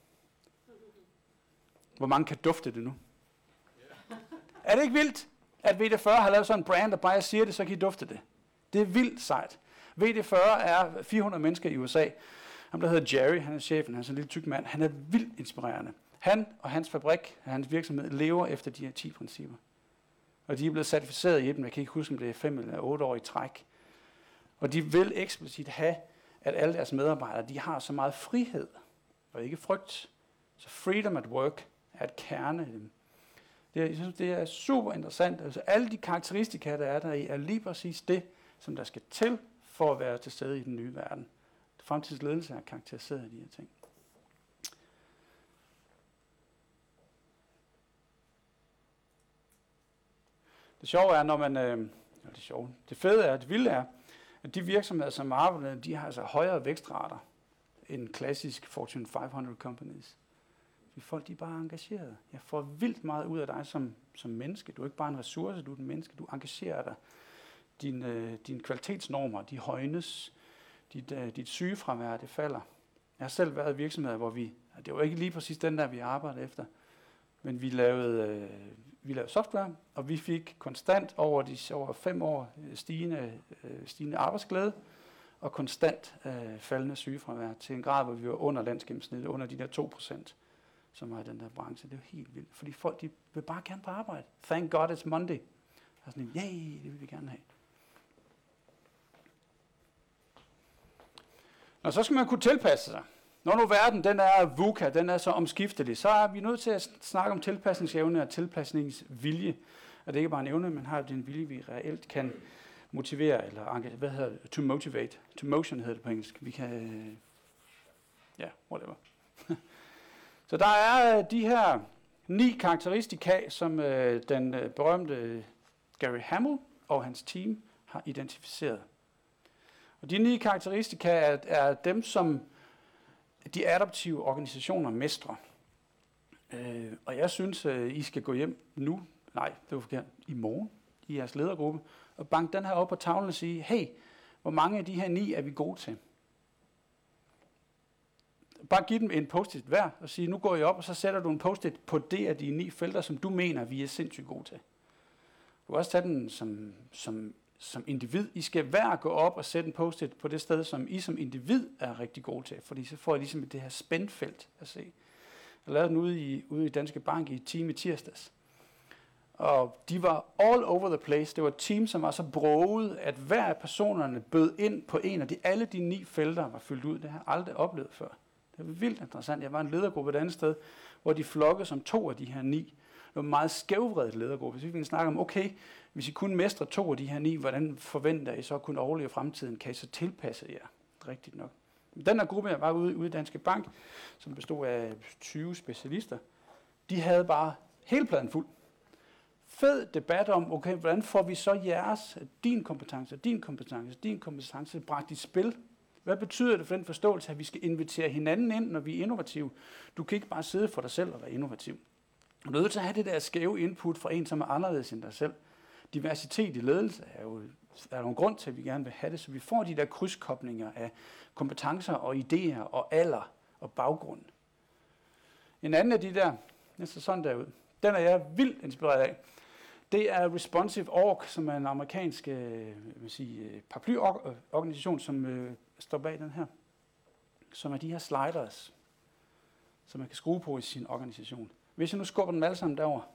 Hvor mange kan dufte det nu? Yeah. Er det ikke vildt, at V D fyrre har lavet sådan en brand, der bare siger det, så kan I dufte det? Det er vildt sejt. V D fyrre er fire hundrede mennesker i U S A. Ham der hedder Jerry, han er chefen, han er sådan en lille tyk mand. Han er vildt inspirerende. Han og hans fabrik, hans virksomhed, lever efter de her ti principper. Og de er blevet certificeret i dem. Jeg kan ikke huske, om det er fem eller otte år i træk. Og de vil eksplicit have, at alle deres medarbejdere, de har så meget frihed, og ikke frygt. Så freedom at work er et kerne i dem. Det er, jeg synes, det er super interessant. Altså, alle de karakteristika, der er der i, er lige præcis det, som der skal til for at være til stede i den nye verden. Fremtidsledelse er karakteriseret af de her ting. Det sjove er, når man... Øh, det sjove. Det fede er, det vilde er, at de virksomheder, som arbejder, de har altså højere vækstrater end klassisk Fortune fem hundrede companies. De folk, de er bare engageret. Jeg får vildt meget ud af dig som, som menneske. Du er ikke bare en ressource, du er en menneske. Du engagerer dig. Dine øh, din kvalitetsnormer, de højnes. Dit, øh, dit sygefravær, det falder. Jeg har selv været i virksomheder, hvor vi... Det var ikke lige præcis den der, vi arbejdede efter. Men vi lavede, øh, vi lavede software, og vi fik konstant over de over fem år stigende, øh, stigende arbejdsglæde og konstant øh, faldende sygefravær til en grad, hvor vi var under landsgennemsnittet, under de der to procent, som er i den der branche. Det er jo helt vildt, fordi folk de vil bare gerne på arbejde. Thank God it's Monday. Og sådan, yay, det vil vi gerne have. Og så skal man kunne tilpasse sig. Når nu verden den er VUCA, den er så omskiftelig, så er vi nødt til at snakke om tilpasningsevne og tilpasningsvilje. Og det er ikke bare en evne, men har den vilje, vi reelt kan motivere, eller hvad hedder det? To motivate. To motion hedder det på engelsk. Vi kan, ja, whatever. Så der er øh, de her ni karakteristika, som øh, den øh, berømte Gary Hamel og hans team har identificeret. Og de ni karakteristika er, er dem, som de adaptive organisationer mestrer. Øh, og jeg synes, øh, I skal gå hjem nu, nej, det var forkert, i morgen, i jeres ledergruppe, og banke den her op på tavlen og sige, hey, hvor mange af de her ni er vi gode til? Bare giv dem en post-it hver, og sige, nu går I op, og så sætter du en post-it på det af de ni felter, som du mener, vi er sindssygt gode til. Du kan også tage den som, som, som individ. I skal hver gå op og sætte en post-it på det sted, som I som individ er rigtig gode til, fordi så får I ligesom det her spændfelt at se. Jeg lavede den ude i, ude i Danske Bank i et team i tirsdags. Og de var all over the place. Det var et team, som var så broget, at hver af personerne bød ind på en af de, alle de ni felter var fyldt ud. Det har jeg aldrig oplevet før. Det var vildt interessant. Jeg var en ledergruppe et andet sted, hvor de flokkede som to af de her ni. Det var en meget skævvredet ledergruppe. Så vi ville snakke om, okay, hvis I kun mestre to af de her ni, hvordan forventer I så at kunne overleve fremtiden? Kan I så tilpasse jer? Rigtigt nok. Den her gruppe, jeg var ude, ude i Danske Bank, som bestod af tyve specialister, de havde bare hele pladen fuld. Fed debat om, okay, hvordan får vi så jeres, din kompetence, din kompetence, din kompetence bragt i spil? Hvad betyder det for den forståelse, at vi skal invitere hinanden ind, når vi er innovative? Du kan ikke bare sidde for dig selv og være innovativ. Du er nødt til at have det der skæve input fra en, som er anderledes end dig selv. Diversitet i ledelse er jo er der en grund til, at vi gerne vil have det, så vi får de der krydskoblinger af kompetencer og idéer og alder og baggrund. En anden af de der, næste sådan derud, den er jeg vildt inspireret af. Det er Responsive Org, som er en amerikansk øh, sige, paraplyorganisation, som øh, står bag den her. Som er de her sliders, som man kan skrue på i sin organisation. Hvis jeg nu skubber dem alle sammen derover,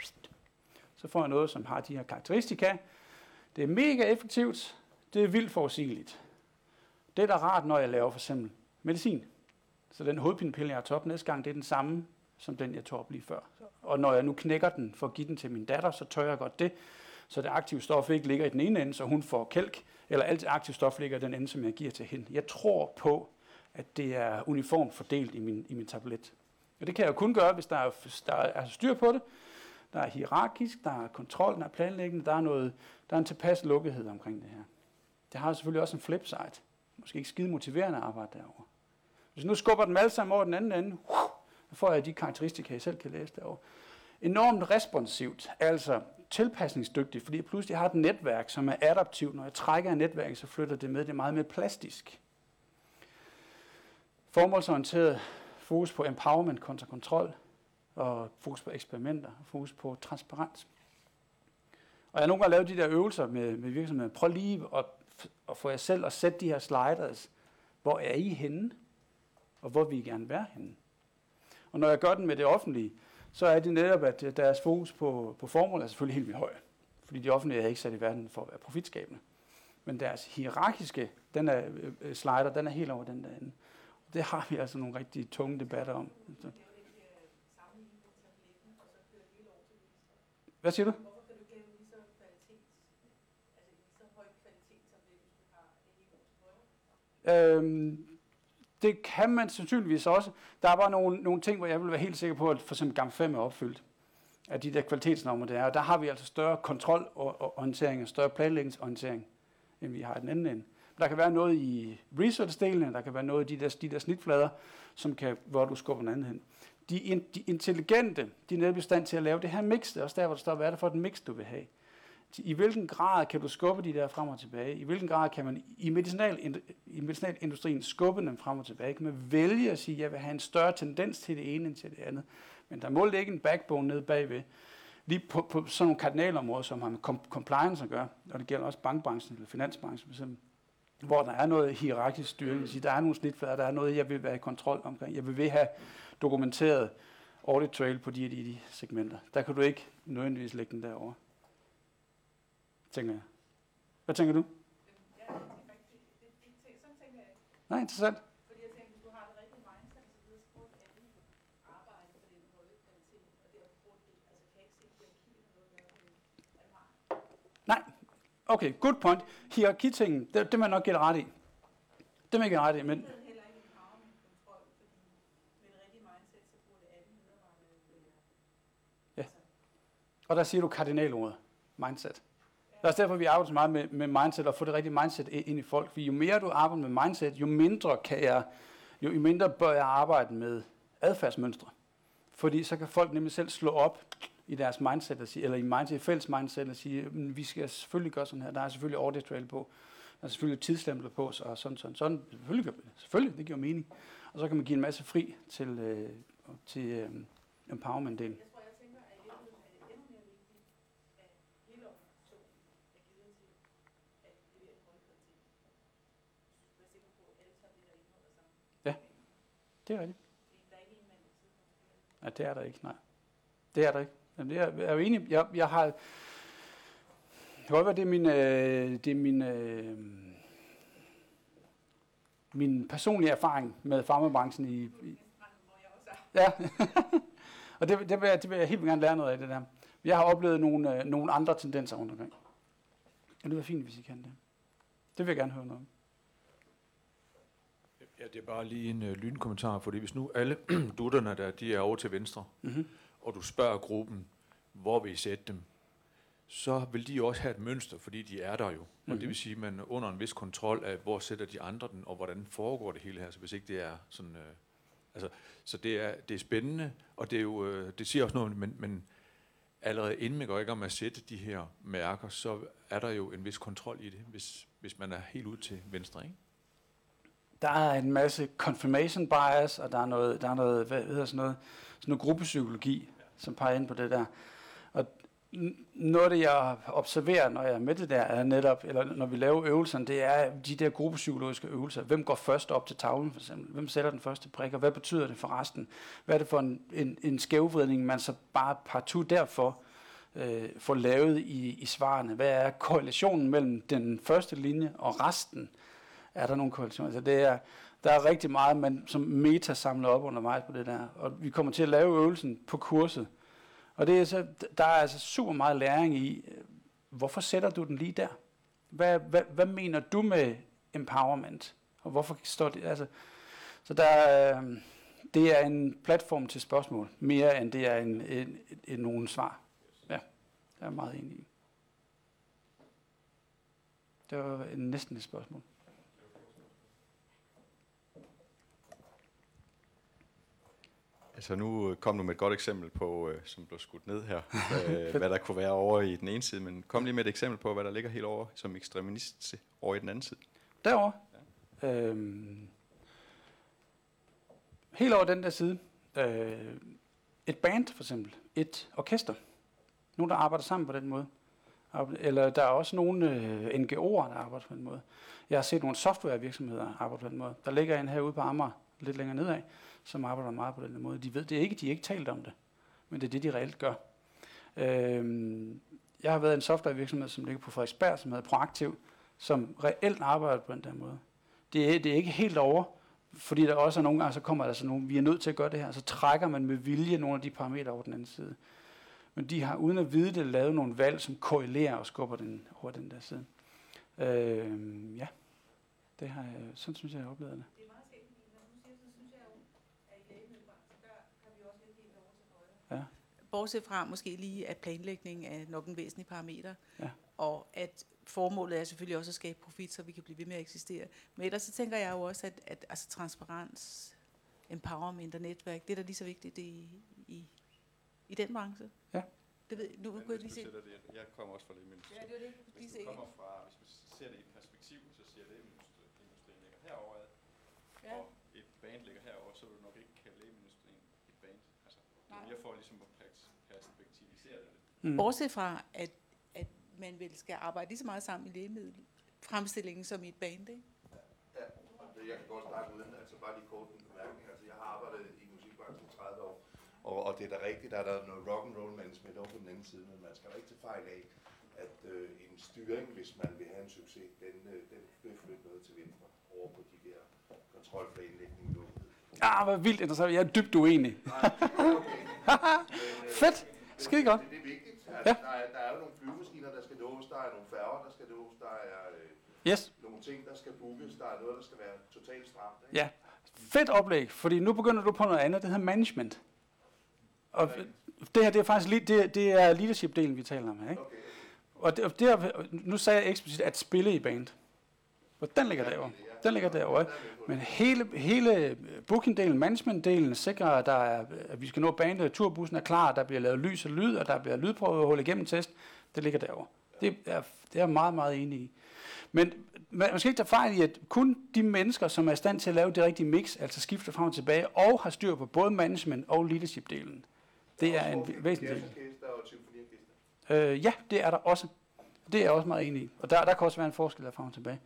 så får jeg noget, som har de her karakteristika. Det er mega effektivt. Det er vildt forudsigeligt. Det er da rart, når jeg laver for eksempel medicin. Så den hovedpinepille, jeg har taget op næste gang, det er den samme, som den, jeg tog op lige før. Og når jeg nu knækker den for at give den til min datter, så tør jeg godt det. Så det aktive stof ikke ligger i den ene ende, så hun får kælk, eller alt aktivt stof ligger i den ende, som jeg giver til hende. Jeg tror på, at det er uniformt fordelt i min, i min tablet. Og det kan jeg jo kun gøre, hvis der er, der er styr på det. Der er hierarkisk, der er kontrol, der er planlæggende, der er, noget, der er en tilpas lukkethed omkring det her. Det har selvfølgelig også en flipside. Måske ikke skide motiverende at arbejde derovre. Hvis jeg nu skubber dem alle sammen over den anden ende, så får jeg de karakteristika, jeg selv kan læse derovre. Enormt responsivt, altså tilpasningsdygtigt, fordi jeg pludselig har et netværk, som er adaptivt. Når jeg trækker af netværket, så flytter det med. Det er meget mere plastisk. Formålsorienteret, fokus på empowerment kontra kontrol, og fokus på eksperimenter, og fokus på transparens. Og jeg har nogle gange lavet de der øvelser med, med virksomheden. Prøv lige at, at få jer selv at sætte de her sliders. Hvor er I henne? Og hvor vil I gerne være henne? Og når jeg gør den med det offentlige, så er det netop, at deres fokus på, på formål er selvfølgelig helt vildt høj. Fordi de offentlige er ikke sat i verden for at være profitskabende. Men deres hierarkiske den er, øh, slider, den er helt over den der ende. Og det har vi altså nogle rigtig tunge debatter om. Så. Hvad siger du? Hvorfor kan du gemme lige så kvalitet, altså lige så høj kvalitet, som det, hvis du har det helt Øhm, det kan man sandsynligvis også. Der er bare nogle, nogle ting, hvor jeg vil være helt sikker på, at for eksempel GAMP fem er opfyldt af de der kvalitetsnormer, der er. Og der har vi altså større kontrolorientering og større planlægningsorientering, end vi har i den anden ende. Der kan være noget i research-delene, der kan være noget i de der, de der snitflader, som kan, hvor du skubber den anden hen. De, in, de intelligente, de er netop i stand til at lave det her mix. Det er også der, hvor der står, hvad er det for et mix, du vil have. I hvilken grad kan du skubbe de der frem og tilbage? I hvilken grad kan man i, medicinal, i medicinalindustrien skubbe dem frem og tilbage? Kan man vælge at sige, at jeg vil have en større tendens til det ene end til det andet? Men der må ligge en backbone nede bagved. Lige på, på sådan nogle kardinalområder, som har med compliance at gøre, og det gælder også bankbranchen eller finansbranchen for eksempel, hvor der er noget hierarkisk styring. Der er nogle snitflader, der er noget, jeg vil være i kontrol omkring. Jeg vil have dokumenteret audit trail på de, de, de segmenter. Der kan du ikke nødvendigvis lægge den derovre. Tænker jeg. Hvad tænker du? Ja, det er rigtigt. Det, det, det, sådan tænker jeg. Nej, interessant. Fordi jeg tænker, hvis du har det rigtige mindset, så videre, så burde alle arbejde for den høje kvalitet, og derfor burde det, altså kan jeg ikke se hierarki eller noget at gøre med, at har. Nej. Okay, good point. Hierarki-tingen, det, det må jeg nok gælde ret i. Det må jeg gælde ret i, men... Det er heller ikke empowerment kontrol, fordi med det rigtige mindset, så burde Og der siger du kardinalordet, mindset. Det er også derfor, vi arbejder så meget med, med mindset, og få det rigtige mindset ind i folk. For jo mere du arbejder med mindset, jo mindre kan jeg, jo mindre bør jeg arbejde med adfærdsmønstre. Fordi så kan folk nemlig selv slå op i deres mindset, og sige, eller i mindset, fælles mindset, og sige, vi skal selvfølgelig gøre sådan her. Der er selvfølgelig audit trail på. Der er selvfølgelig tidsstempler på, og sådan, sådan, sådan. Selvfølgelig, selvfølgelig, det giver mening. Og så kan man give en masse fri til, øh, til øh, empowerment-delen. Jeg tror, jeg tænker, at i virkeligheden er det endnu mere vigtigt, at hele organisationen er givet til at levere en høj kvalitet. Jeg er sikker på, at alle tager det der indhold og sammen. Ja, det er rigtigt. Fordi der er ikke en mand, der sidder på det. Ja, det er der ikke, nej. Det er der ikke. Jamen, det er, jeg er jo enig. Jeg, jeg har... Det kan godt være, det er min... Øh, det er min øh, min personlige erfaring med farmabranchen i... i ja, og det, det, vil jeg, det vil jeg helt gerne lære noget af, det der. Jeg har oplevet nogle, øh, nogle andre tendenser rundt omkring. Og det var fint, hvis I kan det. Det vil jeg gerne høre noget om. Ja, det er bare lige en øh, lynkommentar, fordi hvis nu alle dutterne der, de er over til venstre, Mm-hmm. og du spørger gruppen, hvor vil I sætte dem, så vil de også have et mønster, fordi de er der jo. Og Mhm. det vil sige, at man er under en vis kontrol af, hvor sætter de andre den, og hvordan foregår det hele her, så hvis ikke det er sådan... Øh, altså, så det er, det er spændende, og det, er jo, øh, det siger også noget, men, men allerede inden man går ikke om at sætte de her mærker, så er der jo en vis kontrol i det, hvis, hvis man er helt ud til venstre, ikke? Der er en masse confirmation bias, og der er noget, der er noget, hvad hedder sådan noget, sådan noget gruppepsykologi, som peger ind på det der. Og n- noget af det, jeg observerer, når jeg er med det der, er netop, eller når vi laver øvelserne, det er de der gruppepsykologiske øvelser. Hvem går først op til tavlen, for eksempel? Hvem sætter den første prik, og hvad betyder det for resten? Hvad er det for en, en, en skævvridning, man så bare partout derfor øh, får lavet i, i svarene? Hvad er korrelationen mellem den første linje og resten? Er der nogle korrelationer? Altså det er, der er rigtig meget, man som meta samler op undervejs på det der. Og vi kommer til at lave øvelsen på kurset. Og det er så, der er altså super meget læring i, hvorfor sætter du den lige der? Hvad, hvad, hvad mener du med empowerment? Og hvorfor står det? Altså, så der er, det er en platform til spørgsmål, mere end det er en, en, en, en nogen svar. Ja, det er jeg meget enig i. Det var en, næsten et spørgsmål. Altså nu kom du med et godt eksempel på, øh, som blev skudt ned her, øh, hvad der kunne være over i den ene side, men kom lige med et eksempel på, hvad der ligger helt over som ekstremist over i den anden side. Derovre. Ja. Øhm, helt over den der side. Øh, et band for eksempel. Et orkester. Nogen, der arbejder sammen på den måde. Eller der er også nogle øh, N G O'er, der arbejder på den måde. Jeg har set nogle softwarevirksomheder arbejde på den måde. Der ligger en herude på Amager, lidt længere nedad, som arbejder meget på den måde. De ved det ikke, de har ikke talt om det, men det er det, de reelt gør. Øhm, jeg har været i en softwarevirksomhed, som ligger på Frederiksberg, som hedder Proaktiv, som reelt arbejder på den der måde. Det er, det er ikke helt over, fordi der også er nogle gange, så kommer der sådan nogle, vi er nødt til at gøre det her, så trækker man med vilje nogle af de parametre over den anden side. Men de har uden at vide det, lavet nogle valg, som korrelerer og skubber den over den der side. Øhm, ja, det har jeg, sådan synes jeg, jeg har oplevet det. Det er meget skægt, fordi når du siger, så synes jeg jo, at i lægemiddelbranchen, der har vi også lidt helt over til højre. Ja. Bortset fra måske lige, at planlægning er nok en væsentlig parameter, Ja. og at formålet er selvfølgelig også at skabe profit, så vi kan blive ved med at eksistere. Men ellers så tænker jeg jo også, at, at altså transparens, empowerment og netværk, det er da lige så vigtigt i, i, i den branche. Ja. Det ved, nu kunne jeg lige se. Jeg kommer også fra lægemiddelindustrien. Ja, det var det. Hvis Lige du se. kommer fra, hvis man ser det i perspektiv, så siger lægemiddelindustrien ligger herovre, Ja. og et band ligger herovre, så vil du nok ikke kalde lægemiddelindustrien et band. Altså, det er Nej. mere for ligesom at perspektivisere det lidt. Mm. Bortset fra, at, at man vel skal arbejde lige så meget sammen i lægemiddelfremstillingen som i et band, ikke? Ja, og det, jeg kan godt starte uden, altså bare lige kort en bemærkning. Altså, jeg har arbejdet i musikbranchen i tredive år, og, og det er da rigtigt, der er der noget rock and roll management over på den anden side, men man skal da ikke til fejl af, at øh, en styring, hvis man vil have en succes, den, øh, den vil flytte noget til venstre over på de der kontrolplanlægning, lukkethed. Ah, hvor vildt interessant. Jeg er dybt uenig. Fedt. Skide godt. Det, det er vigtigt. Altså, Ja. der, er, der er jo nogle flyvemaskiner, der skal nås, der er nogle færger, der skal nås, der er øh, Yes. nogle ting, der skal bookes, der er noget, der skal være totalt stramt. Ikke? Ja. Fedt oplæg, fordi nu begynder du på noget andet, det hedder management. Og Det her, det er faktisk li- det, det er leadership-delen, vi taler om her, ikke? Okay. Og det, og det er, nu sagde jeg eksplicit at spille i band. Og den ligger derovre. Den ligger derovre. Ikke? Men hele, hele booking-delen, management-delen sikrer, at, der er, at vi skal nå bandet, turbussen er klar, der bliver lavet lys og lyd, og der bliver lydprøve og holde igennem test. Det ligger derovre. Det er, det er jeg meget, meget enig i. Men man skal ikke tage fejl i, at kun de mennesker, som er i stand til at lave det rigtige mix, altså skifte frem og tilbage, og har styr på både management og leadership-delen, det er en væsentlig del. Øh, ja, det er der også. Det er jeg også meget enig i. Og der, der kan også være en forskel der frem og tilbage.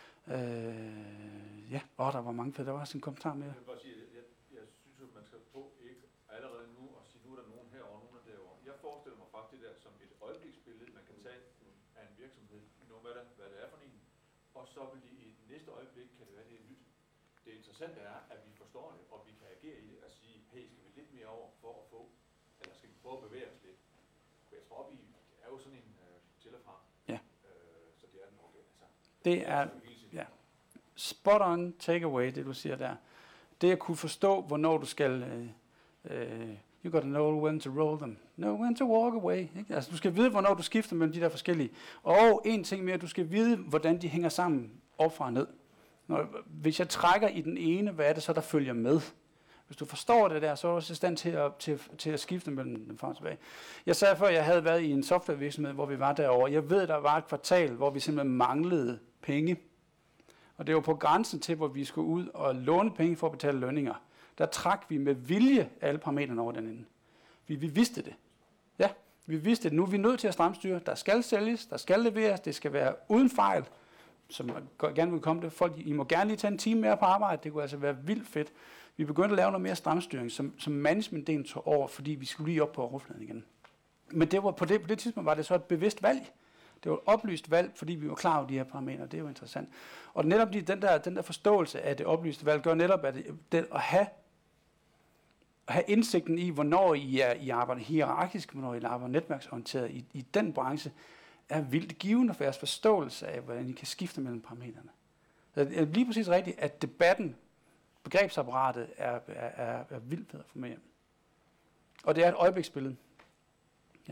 Øh, ja, åh, der var mange fede. Der var også en kommentar mere. Jeg vil bare sige, at jeg, jeg synes, at man skal på ikke allerede nu og sige, nu er der nogen herovre, nogen er derovre. Jeg forestiller mig faktisk det der som et øjebliksbillede, man kan tage af en virksomhed, nu hvad, der, hvad det er for en, og så vil det i det næste øjeblik, kan det være, det er nyt. Det interessante er, at vi forstår det, og vi kan agere i det og sige, hey, skal vi lidt mere over for at få, eller skal vi prøve at bevæge os lidt? For jeg tror, vi er jo sådan en øh, til og fra. Ja. Øh, så det er den organisation. Det er ja, spot on takeaway, det du siger der. Det at kunne forstå, hvornår du skal... Uh, uh, you gotta know when to roll them. Know when to walk away. Ikke? Altså, du skal vide, hvornår du skifter mellem de der forskellige. Og en ting mere, du skal vide, hvordan de hænger sammen opfra og ned. Når, hvis jeg trækker i den ene, hvad er det så, der følger med? Hvis du forstår det der, så er du også i stand til at, til, til at skifte mellem dem frem og tilbage. Jeg sagde før, at jeg havde været i en softwarevirksomhed, hvor vi var derovre. Jeg ved, der var et kvartal, hvor vi simpelthen manglede penge. Og det var på grænsen til, hvor vi skulle ud og låne penge for at betale lønninger. Der trak vi med vilje alle parametrene over den ende. Vi, vi vidste det. Ja, vi vidste det. Nu er vi nødt til at stramstyre. Der skal sælges, der skal leveres, det skal være uden fejl, som gerne vil komme det. Folk, I må gerne lige tage en time mere på arbejde. Det kunne altså være vildt fedt. Vi begyndte at lave noget mere stramstyring, som, som management-delen tog over, fordi vi skulle lige op på overfladen igen. Men det var på, det, på det tidspunkt var det så et bevidst valg. Det var et oplyst valg, fordi vi var klar over de her parametre. Det er jo interessant. Og netop de, den, der, den der forståelse af det oplyste valg, gør netop, at, det, at, have, at have indsigten i, hvornår I, er, I arbejder hierarkisk, hvornår I arbejder netværksorienteret i, i den branche, er vildt givende for jeres forståelse af, hvordan I kan skifte mellem parametrene. Det er lige præcis rigtigt, at debatten, begrebsapparatet, er, er, er, er vildt fedt for mig. Og det er et øjebliksbillede. Ja.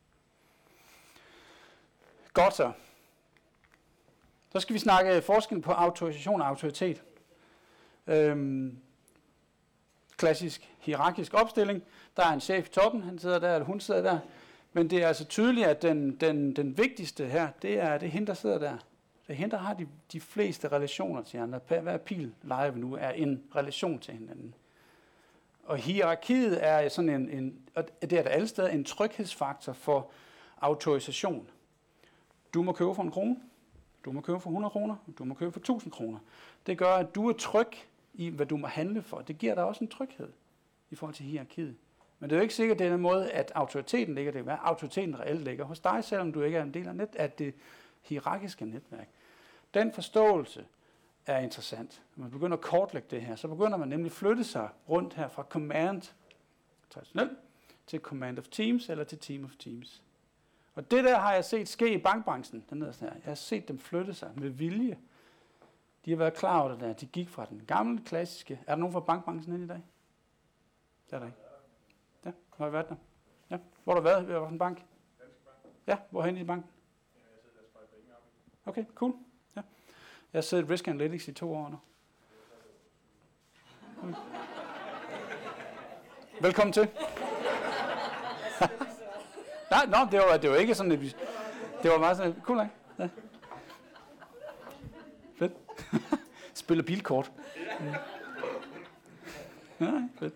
Godt så. Så skal vi snakke forskellen på autorisation og autoritet. Øhm, klassisk hierarkisk opstilling. Der er en chef i toppen, han sidder der, eller hun sidder der. Men det er altså tydeligt, at den, den, den vigtigste her, det er det hende, der sidder der. Det er hende, der har de, de fleste relationer til andre. Hver pil leger vi nu er en relation til hinanden. Og hierarkiet er sådan en, en og det er der alle steder, en tryghedsfaktor for autorisation. Du må købe for en krone, du må købe for hundrede kroner, du må købe for tusind kroner. Det gør, at du er tryg i, hvad du må handle for. Det giver dig også en tryghed i forhold til hierarkiet. Men det er jo ikke sikkert, det er den måde, at autoriteten ligger. Det kan være, at autoriteten reelt ligger hos dig, selvom du ikke er en del af, net, af det hierarkiske netværk. Den forståelse er interessant. Når man begynder at kortlægge det her, så begynder man nemlig at flytte sig rundt her fra command traditionelt til command of teams eller til team of teams. Og det der har jeg set ske i bankbranchen. Den der, jeg har set dem flytte sig med vilje. De har været klar over det der. De gik fra den gamle, klassiske. Er der nogen fra bankbranchen inde i dag? Det er der ikke. Ja, hvor har I været der? Ja, hvor har du været? Hvor en bank? Ja, hvorhen i banken? Okay, cool. Ja. Jeg har siddet i Risk Analytics i to år nu. Okay. Velkommen til. Nej, no, det var det var ikke sådan at vi, det var meget sådan cool, ikke? Ja. Fedt. Spiller bilkort. Ja, fedt.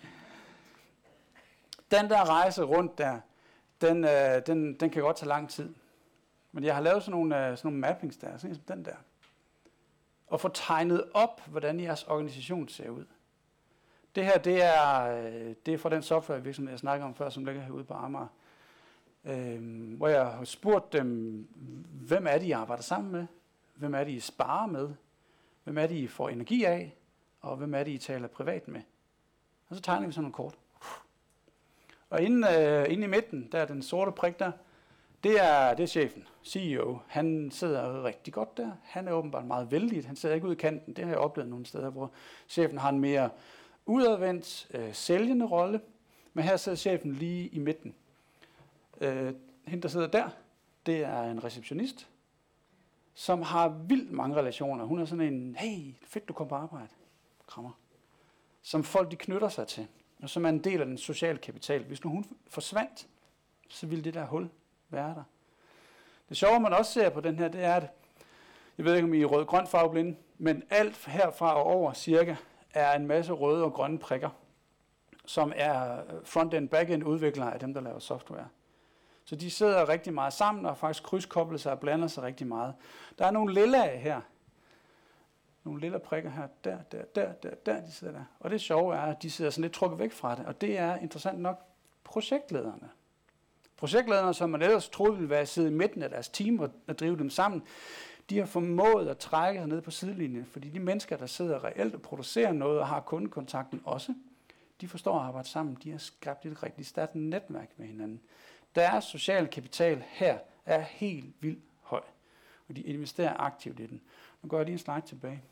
Den der rejse rundt der, den, øh, den, den kan godt tage lang tid. Men jeg har lavet sådan nogle, øh, sådan nogle mappings der, sådan som den der. Og få tegnet op, hvordan jeres organisation ser ud. Det her, det er, øh, det er fra den softwarevirksomhed, jeg snakkede om før, som ligger herude på Amager. Øh, hvor jeg har spurgt dem, hvem er det, I arbejder sammen med? Hvem er det, I sparer med? Hvem er det, I får energi af? Og hvem er det, I taler privat med? Og så tegner vi sådan nogle kort. Og inde, øh, inde i midten, der er den sorte prik der, det er, det er chefen, C E O. Han sidder rigtig godt der. Han er åbenbart meget vældig. Han sidder ikke ude i kanten. Det har jeg oplevet nogle steder, hvor chefen har en mere udadvendt, øh, sælgende rolle. Men her sidder chefen lige i midten. Øh, hende, der sidder der, det er en receptionist, som har vildt mange relationer. Hun er sådan en, hey, fedt, du kom på arbejde. Krammer. Som folk, de knytter sig til. Og som er en del af den sociale kapital. Hvis nu hun forsvandt, så ville det der hul være der. Det sjove, man også ser på den her, det er, at jeg ved ikke, om I er rød-grøn farveblinde, men alt herfra og over cirka er en masse røde og grønne prikker, som er front-end, back-end udviklere af dem, der laver software. Så de sidder rigtig meget sammen og faktisk krydskobler sig og blander sig rigtig meget. Der er nogle lilla her. Nogle lilla prikker her. Der, der, der, der, der, de sidder der. Og det sjove er, at de sidder sådan lidt trukket væk fra det. Og det er interessant nok projektlederne. Projektlederne, som man ellers troede ville være sidde i midten af deres team og, og drive dem sammen, de har formået at trække sig ned på sidelinjen. Fordi de mennesker, der sidder reelt og producerer noget og har kundekontakten også, de forstår at arbejde sammen. De har skabt et rigtig stærkt netværk med hinanden. Deres sociale kapital her er helt vildt høj, og de investerer aktivt i den. Nu går jeg lige en slide tilbage.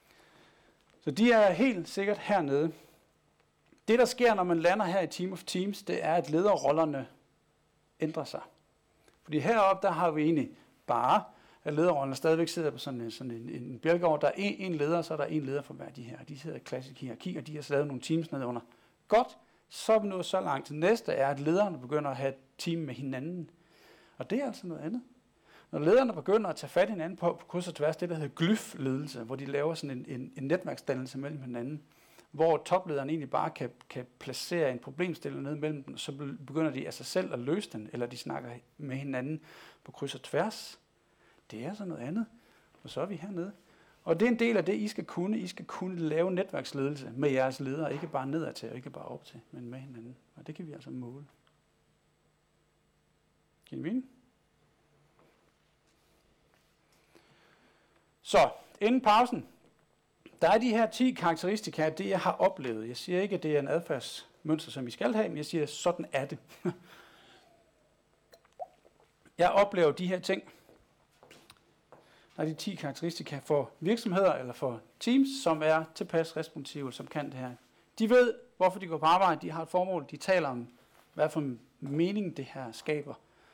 Så de er helt sikkert hernede. Det, der sker, når man lander her i Team of Teams, det er, at lederrollerne ændrer sig. Fordi heroppe, der har vi egentlig bare, at lederrollerne stadigvæk sidder på sådan en, sådan en, en bjælkeovn. Der er en, en leder, så er der en leder for hver de her. De sidder i klassisk hierarki, og de har lavet nogle teams ned under. Godt. Så er vi nået så langt. Det næste er, at lederne begynder at have et team med hinanden. Og det er altså noget andet. Når lederne begynder at tage fat i hinanden på, på kryds og tværs, det der hedder glyf-ledelse, hvor de laver sådan en, en, en netværksdannelse mellem hinanden, hvor toplederen egentlig bare kan, kan placere en problemstilling ned mellem dem, og så begynder de af sig selv at løse den, eller de snakker med hinanden på kryds og tværs. Det er altså noget andet. Og så er vi hernede. Og det er en del af det, I skal kunne. I skal kunne lave netværksledelse med jeres ledere. Ikke bare nedad til, og ikke bare op til, men med hinanden. Og det kan vi altså måle. Giver det mening? Så, inden pausen, der er de her ti karakteristika, det jeg har oplevet. Jeg siger ikke, at det er en adfærdsmønster, som I skal have, men jeg siger, at sådan er det. Jeg oplever de her ting. Der er de ti karakteristika for virksomheder eller for teams, som er tilpas responsive, som kan det her. De ved, hvorfor de går på arbejde, de har et formål, de taler om, hvad for en mening det her skaber.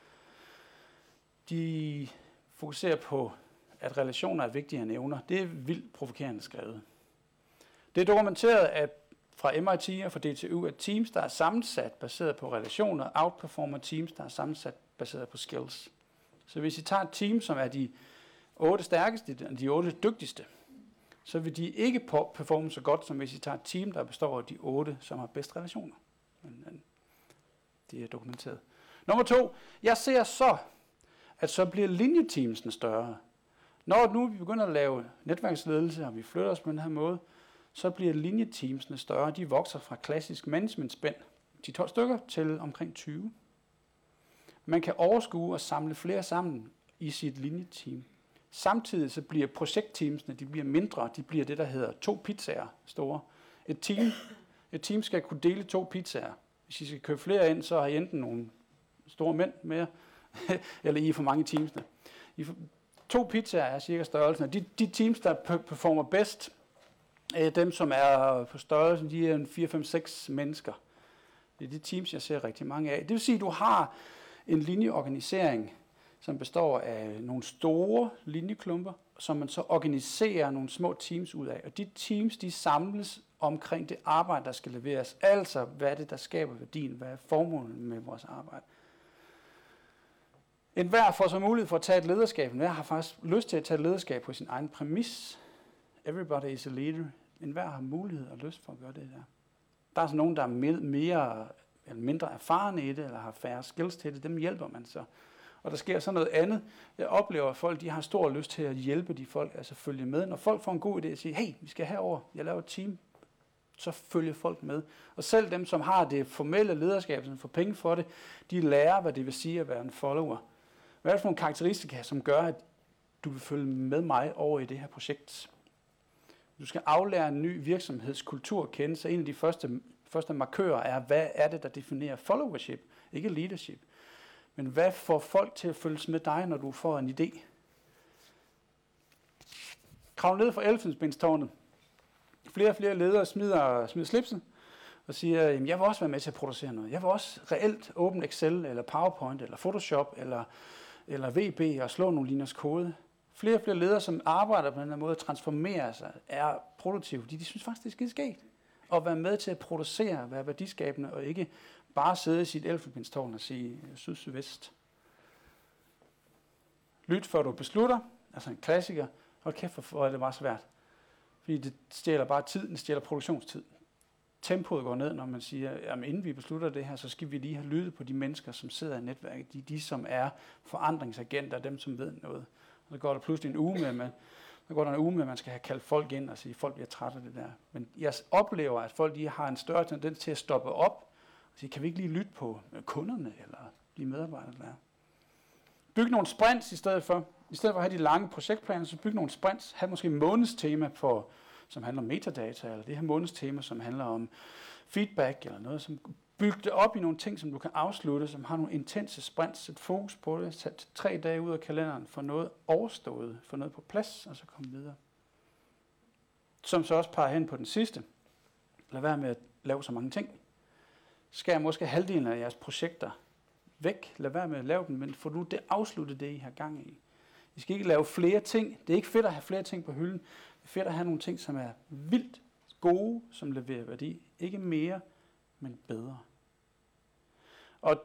De fokuserer på, at relationer er vigtigere end evner. Det er vildt provokerende skrevet. Det er dokumenteret at fra M I T og fra D T U, at teams, der er sammensat baseret på relationer, outperformer teams, der er sammensat baseret på skills. Så hvis I tager et team, som er de otte stærkeste, de otte dygtigste, så vil de ikke performe så godt, som hvis I tager et team, der består af de otte, som har bedst relationer. Men, men det er dokumenteret. Nummer to, jeg ser så, at så bliver linjeteamsene større. Når nu vi begynder at lave netværksledelse, og vi flytter os på den her måde, så bliver linjeteamsene større. De vokser fra klassisk managementspænd, de tolv stykker, til omkring tyve. Man kan overskue og samle flere sammen i sit linjeteam. Samtidig så bliver projektteamsene, de bliver mindre, de bliver det, der hedder to pizzaer store. Et team, et team skal kunne dele to pizzaer. Hvis I skal købe flere ind, så har I enten nogle store mænd med, eller I er for mange teamsene. I for, to pizzaer er cirka størrelsen. De, de teams, der performer bedst, er dem, som er på størrelsen, de er en fire, fem, seks mennesker. Det er de teams, jeg ser rigtig mange af. Det vil sige, at du har en linjeorganisering, som består af nogle store linjeklumper, som man så organiserer nogle små teams ud af. Og de teams, de samles omkring det arbejde, der skal leveres. Altså, hvad er det, der skaber værdien? Hvad er formålet med vores arbejde? En hver får så mulighed for at tage et lederskab. En hver har faktisk lyst til at tage et lederskab på sin egen præmis. Everybody is a leader. En hver har mulighed og lyst for at gøre det der. Der er så nogen, der er mere eller mindre erfarne i det, eller har færre skills til det. Dem hjælper man så. Og der sker så noget andet. Jeg oplever, at folk de har stor lyst til at hjælpe de folk, altså følge med. Når folk får en god idé at sige, hey, vi skal herover, jeg laver et team, så følger folk med. Og selv dem, som har det formelle lederskab, som får penge for det, de lærer, hvad det vil sige at være en follower. Hvad er det for nogle karakteristika, som gør, at du vil følge med mig over i det her projekt? Du skal aflære en ny virksomhedskultur at kende, så en af de første, første markører er, hvad er det, der definerer followership, ikke leadership. Men hvad får folk til at følges med dig, når du får en idé? Krav ned fra elfenbenstårnet. Flere og flere ledere smider, smider slipsen og siger, jamen, jeg vil også være med til at producere noget. Jeg vil også reelt åbne Excel, eller PowerPoint, eller Photoshop, eller, eller V B og slå nogle linjers kode. Flere og flere ledere, som arbejder på den her måde at transformere sig, er produktive. De, de synes faktisk, det er skide skægt at være med til at producere, være værdiskabende, og ikke bare sidde i sit elfenbenstårn og sige syd-sydvest. Lyt, før du beslutter. Altså en klassiker. Hold kæft, hvor er det meget svært. Fordi det stjæler bare tid, det stjæler produktionstid. Tempoet går ned, når man siger, at inden vi beslutter det her, så skal vi lige have lyttet på de mennesker, som sidder i netværket. De, de som er forandringsagenter, dem som ved noget. Og så går der pludselig en uge med, at man, så går der en uge med, at man skal have kaldt folk ind og sige, at folk bliver trætte af det der. Men jeg oplever, at folk de har en større tendens til at stoppe op og sige, kan vi ikke lige lytte på kunderne eller de medarbejdere, der er. Byg nogle sprints i stedet for. I stedet for at have de lange projektplaner, så byg nogle sprints. Ha' måske månedstema, for, som handler om metadata, eller det her månedstema, som handler om feedback, eller noget, som byg det op i nogle ting, som du kan afslutte, som har nogle intense sprints. Sæt fokus på det. Sæt tre dage ud af kalenderen for noget overstået, for noget på plads, og så kom videre. Som så også peger hen på den sidste. Lad være med at lave så mange ting. Skær måske halvdelen af jeres projekter væk. Lad være med at lave dem, men få nu det afsluttet, det I har gang i. I skal ikke lave flere ting. Det er ikke fedt at have flere ting på hylden. Det er fedt at have nogle ting, som er vildt gode, som leverer værdi. Ikke mere, men bedre. Og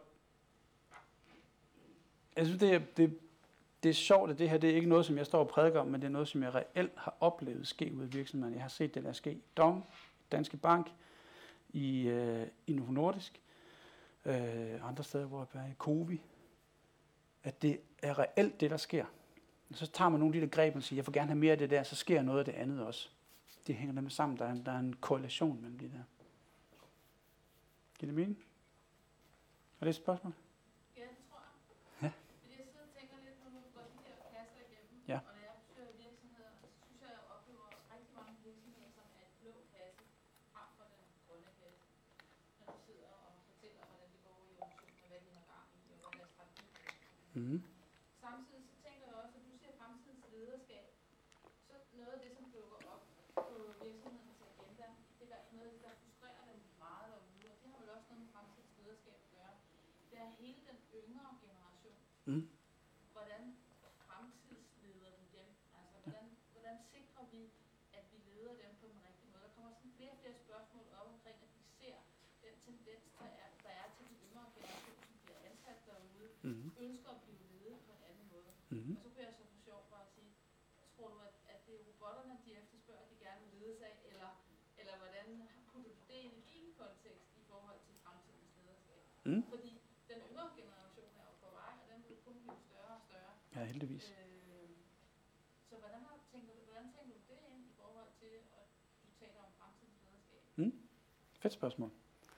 jeg synes, det er, det, det er sjovt, at det her det er ikke noget, som jeg står og prædiker om, men det er noget, som jeg reelt har oplevet ske ud i virksomheden. Jeg har set det der ske i Dong, Danske Bank, i, øh, i Novo Nordisk, øh, andre steder, hvor jeg er i Covi, at det er reelt det, der sker. Og så tager man nogle af de der greb og siger, jeg vil gerne have mere af det der, så sker noget af det andet også. Det hænger nemlig sammen. Der er en, der er en korrelation mellem de der. Giver det mening? Er det et spørgsmål? Ja, det tror jeg. Ja. Fordi jeg sidder og tænker lidt, når du går de her kasser igennem, Ja. og når jeg besøger virksomheder, så synes jeg, at jeg oplever rigtig mange virksomheder, som er en blå kasse frem for den grønne kasse. Når du sidder og fortæller, hvordan det går i organisationen, og hvad de har gang i, og hvad deres strategi er. Mm-hmm. Samtidig så tænker jeg også, at du ser fremtidens lederskab, så noget af det, som dukker op på virksomhedens agenda, det er noget af det, der frustrerer dem meget derude, og det har vel også noget med fremtidens lederskab at gøre. Det er hele den yngre generation. Mm. Hvordan fremtidsleder vi dem? Altså, hvordan, hvordan sikrer vi, at vi leder dem på den rigtige måde? Der kommer sådan flere og flere spørgsmål op omkring, at vi ser den tendens, der er, der er til den yngre generation, som bliver ansat derude, Mm-hmm. ønsker at blive ledet på en anden måde. Mm-hmm. Og så kunne jeg så for sjov bare sige, tror du, at, at det er robotterne, de efterspørger, de gerne vil ledes af, eller, eller hvordan putter du det ind i din kontekst i forhold til fremtidens lederskab? Mm. Fordi den yngre generation er jo på vej, og den vil kun blive større og større. Ja, heldigvis. Øh, så hvordan, har, tænker du, hvordan tænker du det ind i forhold til, at du taler om fremtidens lederskab? Mm. Fedt spørgsmål.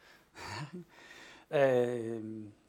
øh,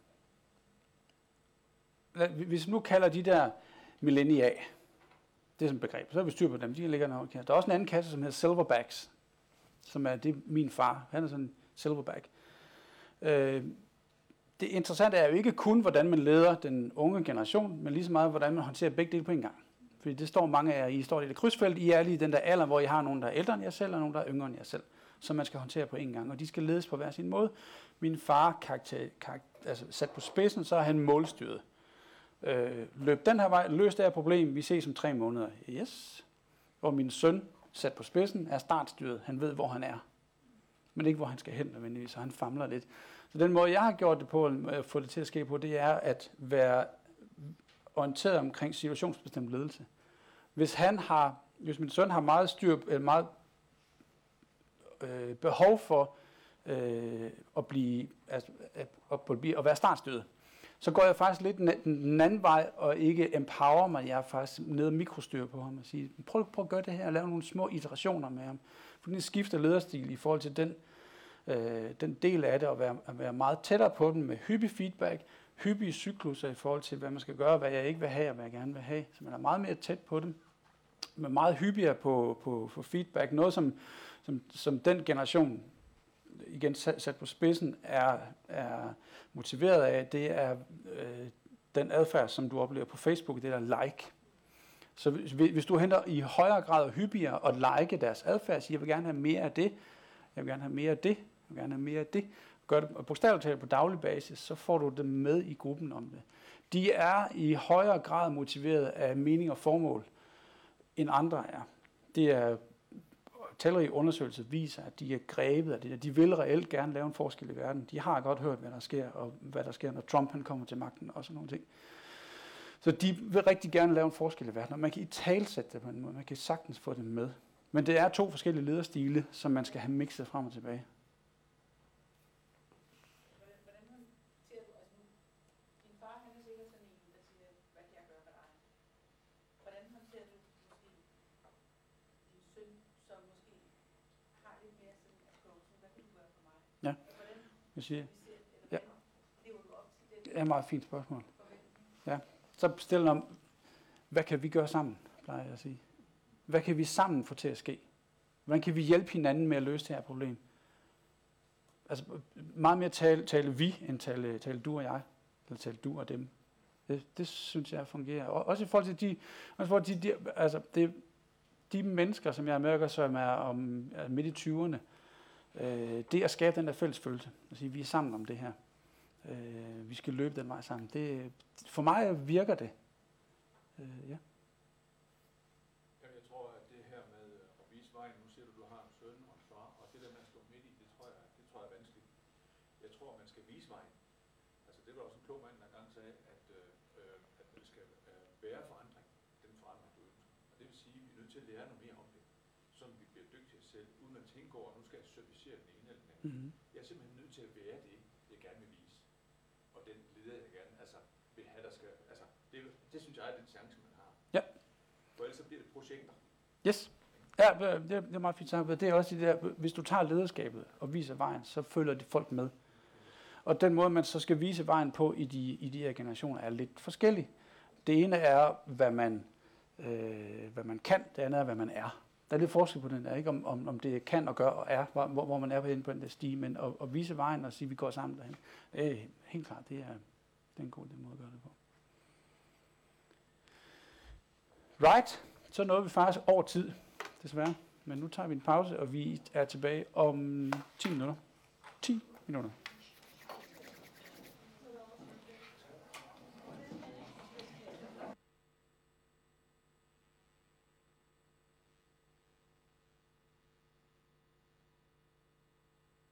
hvis vi nu kalder de der millennial, det er sådan et begreb, så har vi styr på dem, de ligger nok her. Der er også en anden kasse, som hedder silverbacks, som er det min far, han er sådan en silverback. Øh, det interessante er jo ikke kun, hvordan man leder den unge generation, men lige så meget, hvordan man håndterer begge dele på en gang. Fordi det står mange af jer, I står i det krydsfelt, I er lige i den der alder, hvor I har nogen, der er ældre end jer selv, og nogen, der er yngre end jer selv, som man skal håndtere på en gang, og de skal ledes på hver sin måde. Min far, karakter, karakter, altså sat på spidsen, så er han målstyret. Øh, løb den her vej, løs det her problem, vi ses om tre måneder. Yes. Og min søn, sat på spidsen, er startstyret. Han ved, hvor han er. Men ikke, hvor han skal hen, nødvendigvis, så han famler lidt. Så den måde, jeg har gjort det på, at få det til at ske på, det er at være orienteret omkring situationsbestemt ledelse. Hvis han har, hvis min søn har meget styr, eller meget øh, behov for øh, at blive, altså, at, at, blive, at være startstyret, så går jeg faktisk lidt den anden vej, og ikke empower mig. Jeg er faktisk nede og mikrostyrer på ham og siger, prøv, prøv at gøre det her, og lave nogle små iterationer med ham. For det skifter lederstil i forhold til den, øh, den del af det, og være, at være meget tættere på den med hyppig feedback, hyppige cykluser i forhold til, hvad man skal gøre, hvad jeg ikke vil have, og hvad jeg gerne vil have. Så man er meget mere tæt på dem, men meget hyppigere på, på, på feedback. Noget, som, som, som den generation, igen sat på spidsen, er, er motiveret af, det er øh, den adfærd, som du oplever på Facebook, det der like. Så hvis, hvis du henter i højere grad og hyppigere at like deres adfærd, siger, jeg vil gerne have mere af det, jeg vil gerne have mere af det, vil gerne have mere af det. Gør det bogstaveligt talt på daglig basis, så får du dem med i gruppen om det. De er i højere grad motiveret af mening og formål, end andre er. Det er talrige undersøgelser viser, at de er grebet af det. De vil reelt gerne lave en forskel i verden. De har godt hørt, hvad der sker, og hvad der sker, når Trump han kommer til magten, og sådan nogle ting. Så de vil rigtig gerne lave en forskel i verden, og man kan i talsætte det på en måde. Man kan sagtens få dem med. Men det er to forskellige lederstile, som man skal have mixet frem og tilbage. Hvordan håndterer du, altså nu, din far han er sikkert sådan en, der siger, hvad kan jeg gøre for dig? Hvordan håndterer du måske din søn, som måske har lidt mere sådan approachen, hvad kan du gøre for mig? Ja, Og hvordan jeg siger, vi ser, eller ja. hvordan lever du op til den det er et meget fint spørgsmål. forventning? Ja. Så stiller om, hvad kan vi gøre sammen, plejer jeg at sige. Hvad kan vi sammen få til at ske? Hvordan kan vi hjælpe hinanden med at løse det her problem? Altså meget mere tale, tale vi, end tale, tale du og jeg, eller tale du og dem. Det, det synes jeg fungerer. Og også i forhold til de, også i forhold til de, altså det, de mennesker, som jeg mærker, som er om, er midt i tyverne, øh, det at skabe den der fælles følelse. At sige, vi er sammen om det her. Øh, vi skal løbe den vej sammen. Det, for mig virker det. Øh, ja. Jamen, jeg tror, at det her med at vise vejen, nu siger du, du har en søn og en far, og det der med at stå midt i, det tror jeg, det tror jeg er vanskeligt. Jeg tror, man skal vise vejen. Altså, det var også en klog mand, der engang sagde, at, øh, at det skal øh, være forandring, den forandring, du ønsker. Og det vil sige, at vi er nødt til at lære noget mere om det, så vi bliver dygtige selv, uden at tænke over, at nu skal jeg servicere den ene eller den anden. Mm-hmm. Jeg er simpelthen nødt til at være det, jeg gerne vil vise. Og den leder, jeg gerne altså, vil have, der skal... Altså, det, det synes jeg er den chance, man har. Ja. For ellers så bliver det projekter. Yes. Ja, det er, det er meget fint sagt. Det er også det der, hvis du tager lederskabet og viser vejen, så følger de folk med. Og den måde, man så skal vise vejen på i de, i de her generationer, er lidt forskellig. Det ene er, hvad man, øh, hvad man kan, det andet er, hvad man er. Der er lidt forskel på den der, ikke? Om, om, om det kan og gør og er, hvor, hvor man er på den, på den der stige, men at, at vise vejen og sige, at vi går sammen derhen. Det er helt klart, det er, det er en god måde at gøre det på. Right, så nåede vi faktisk over tid, desværre. Men nu tager vi en pause, og vi er tilbage om ti minutter. ti minutter.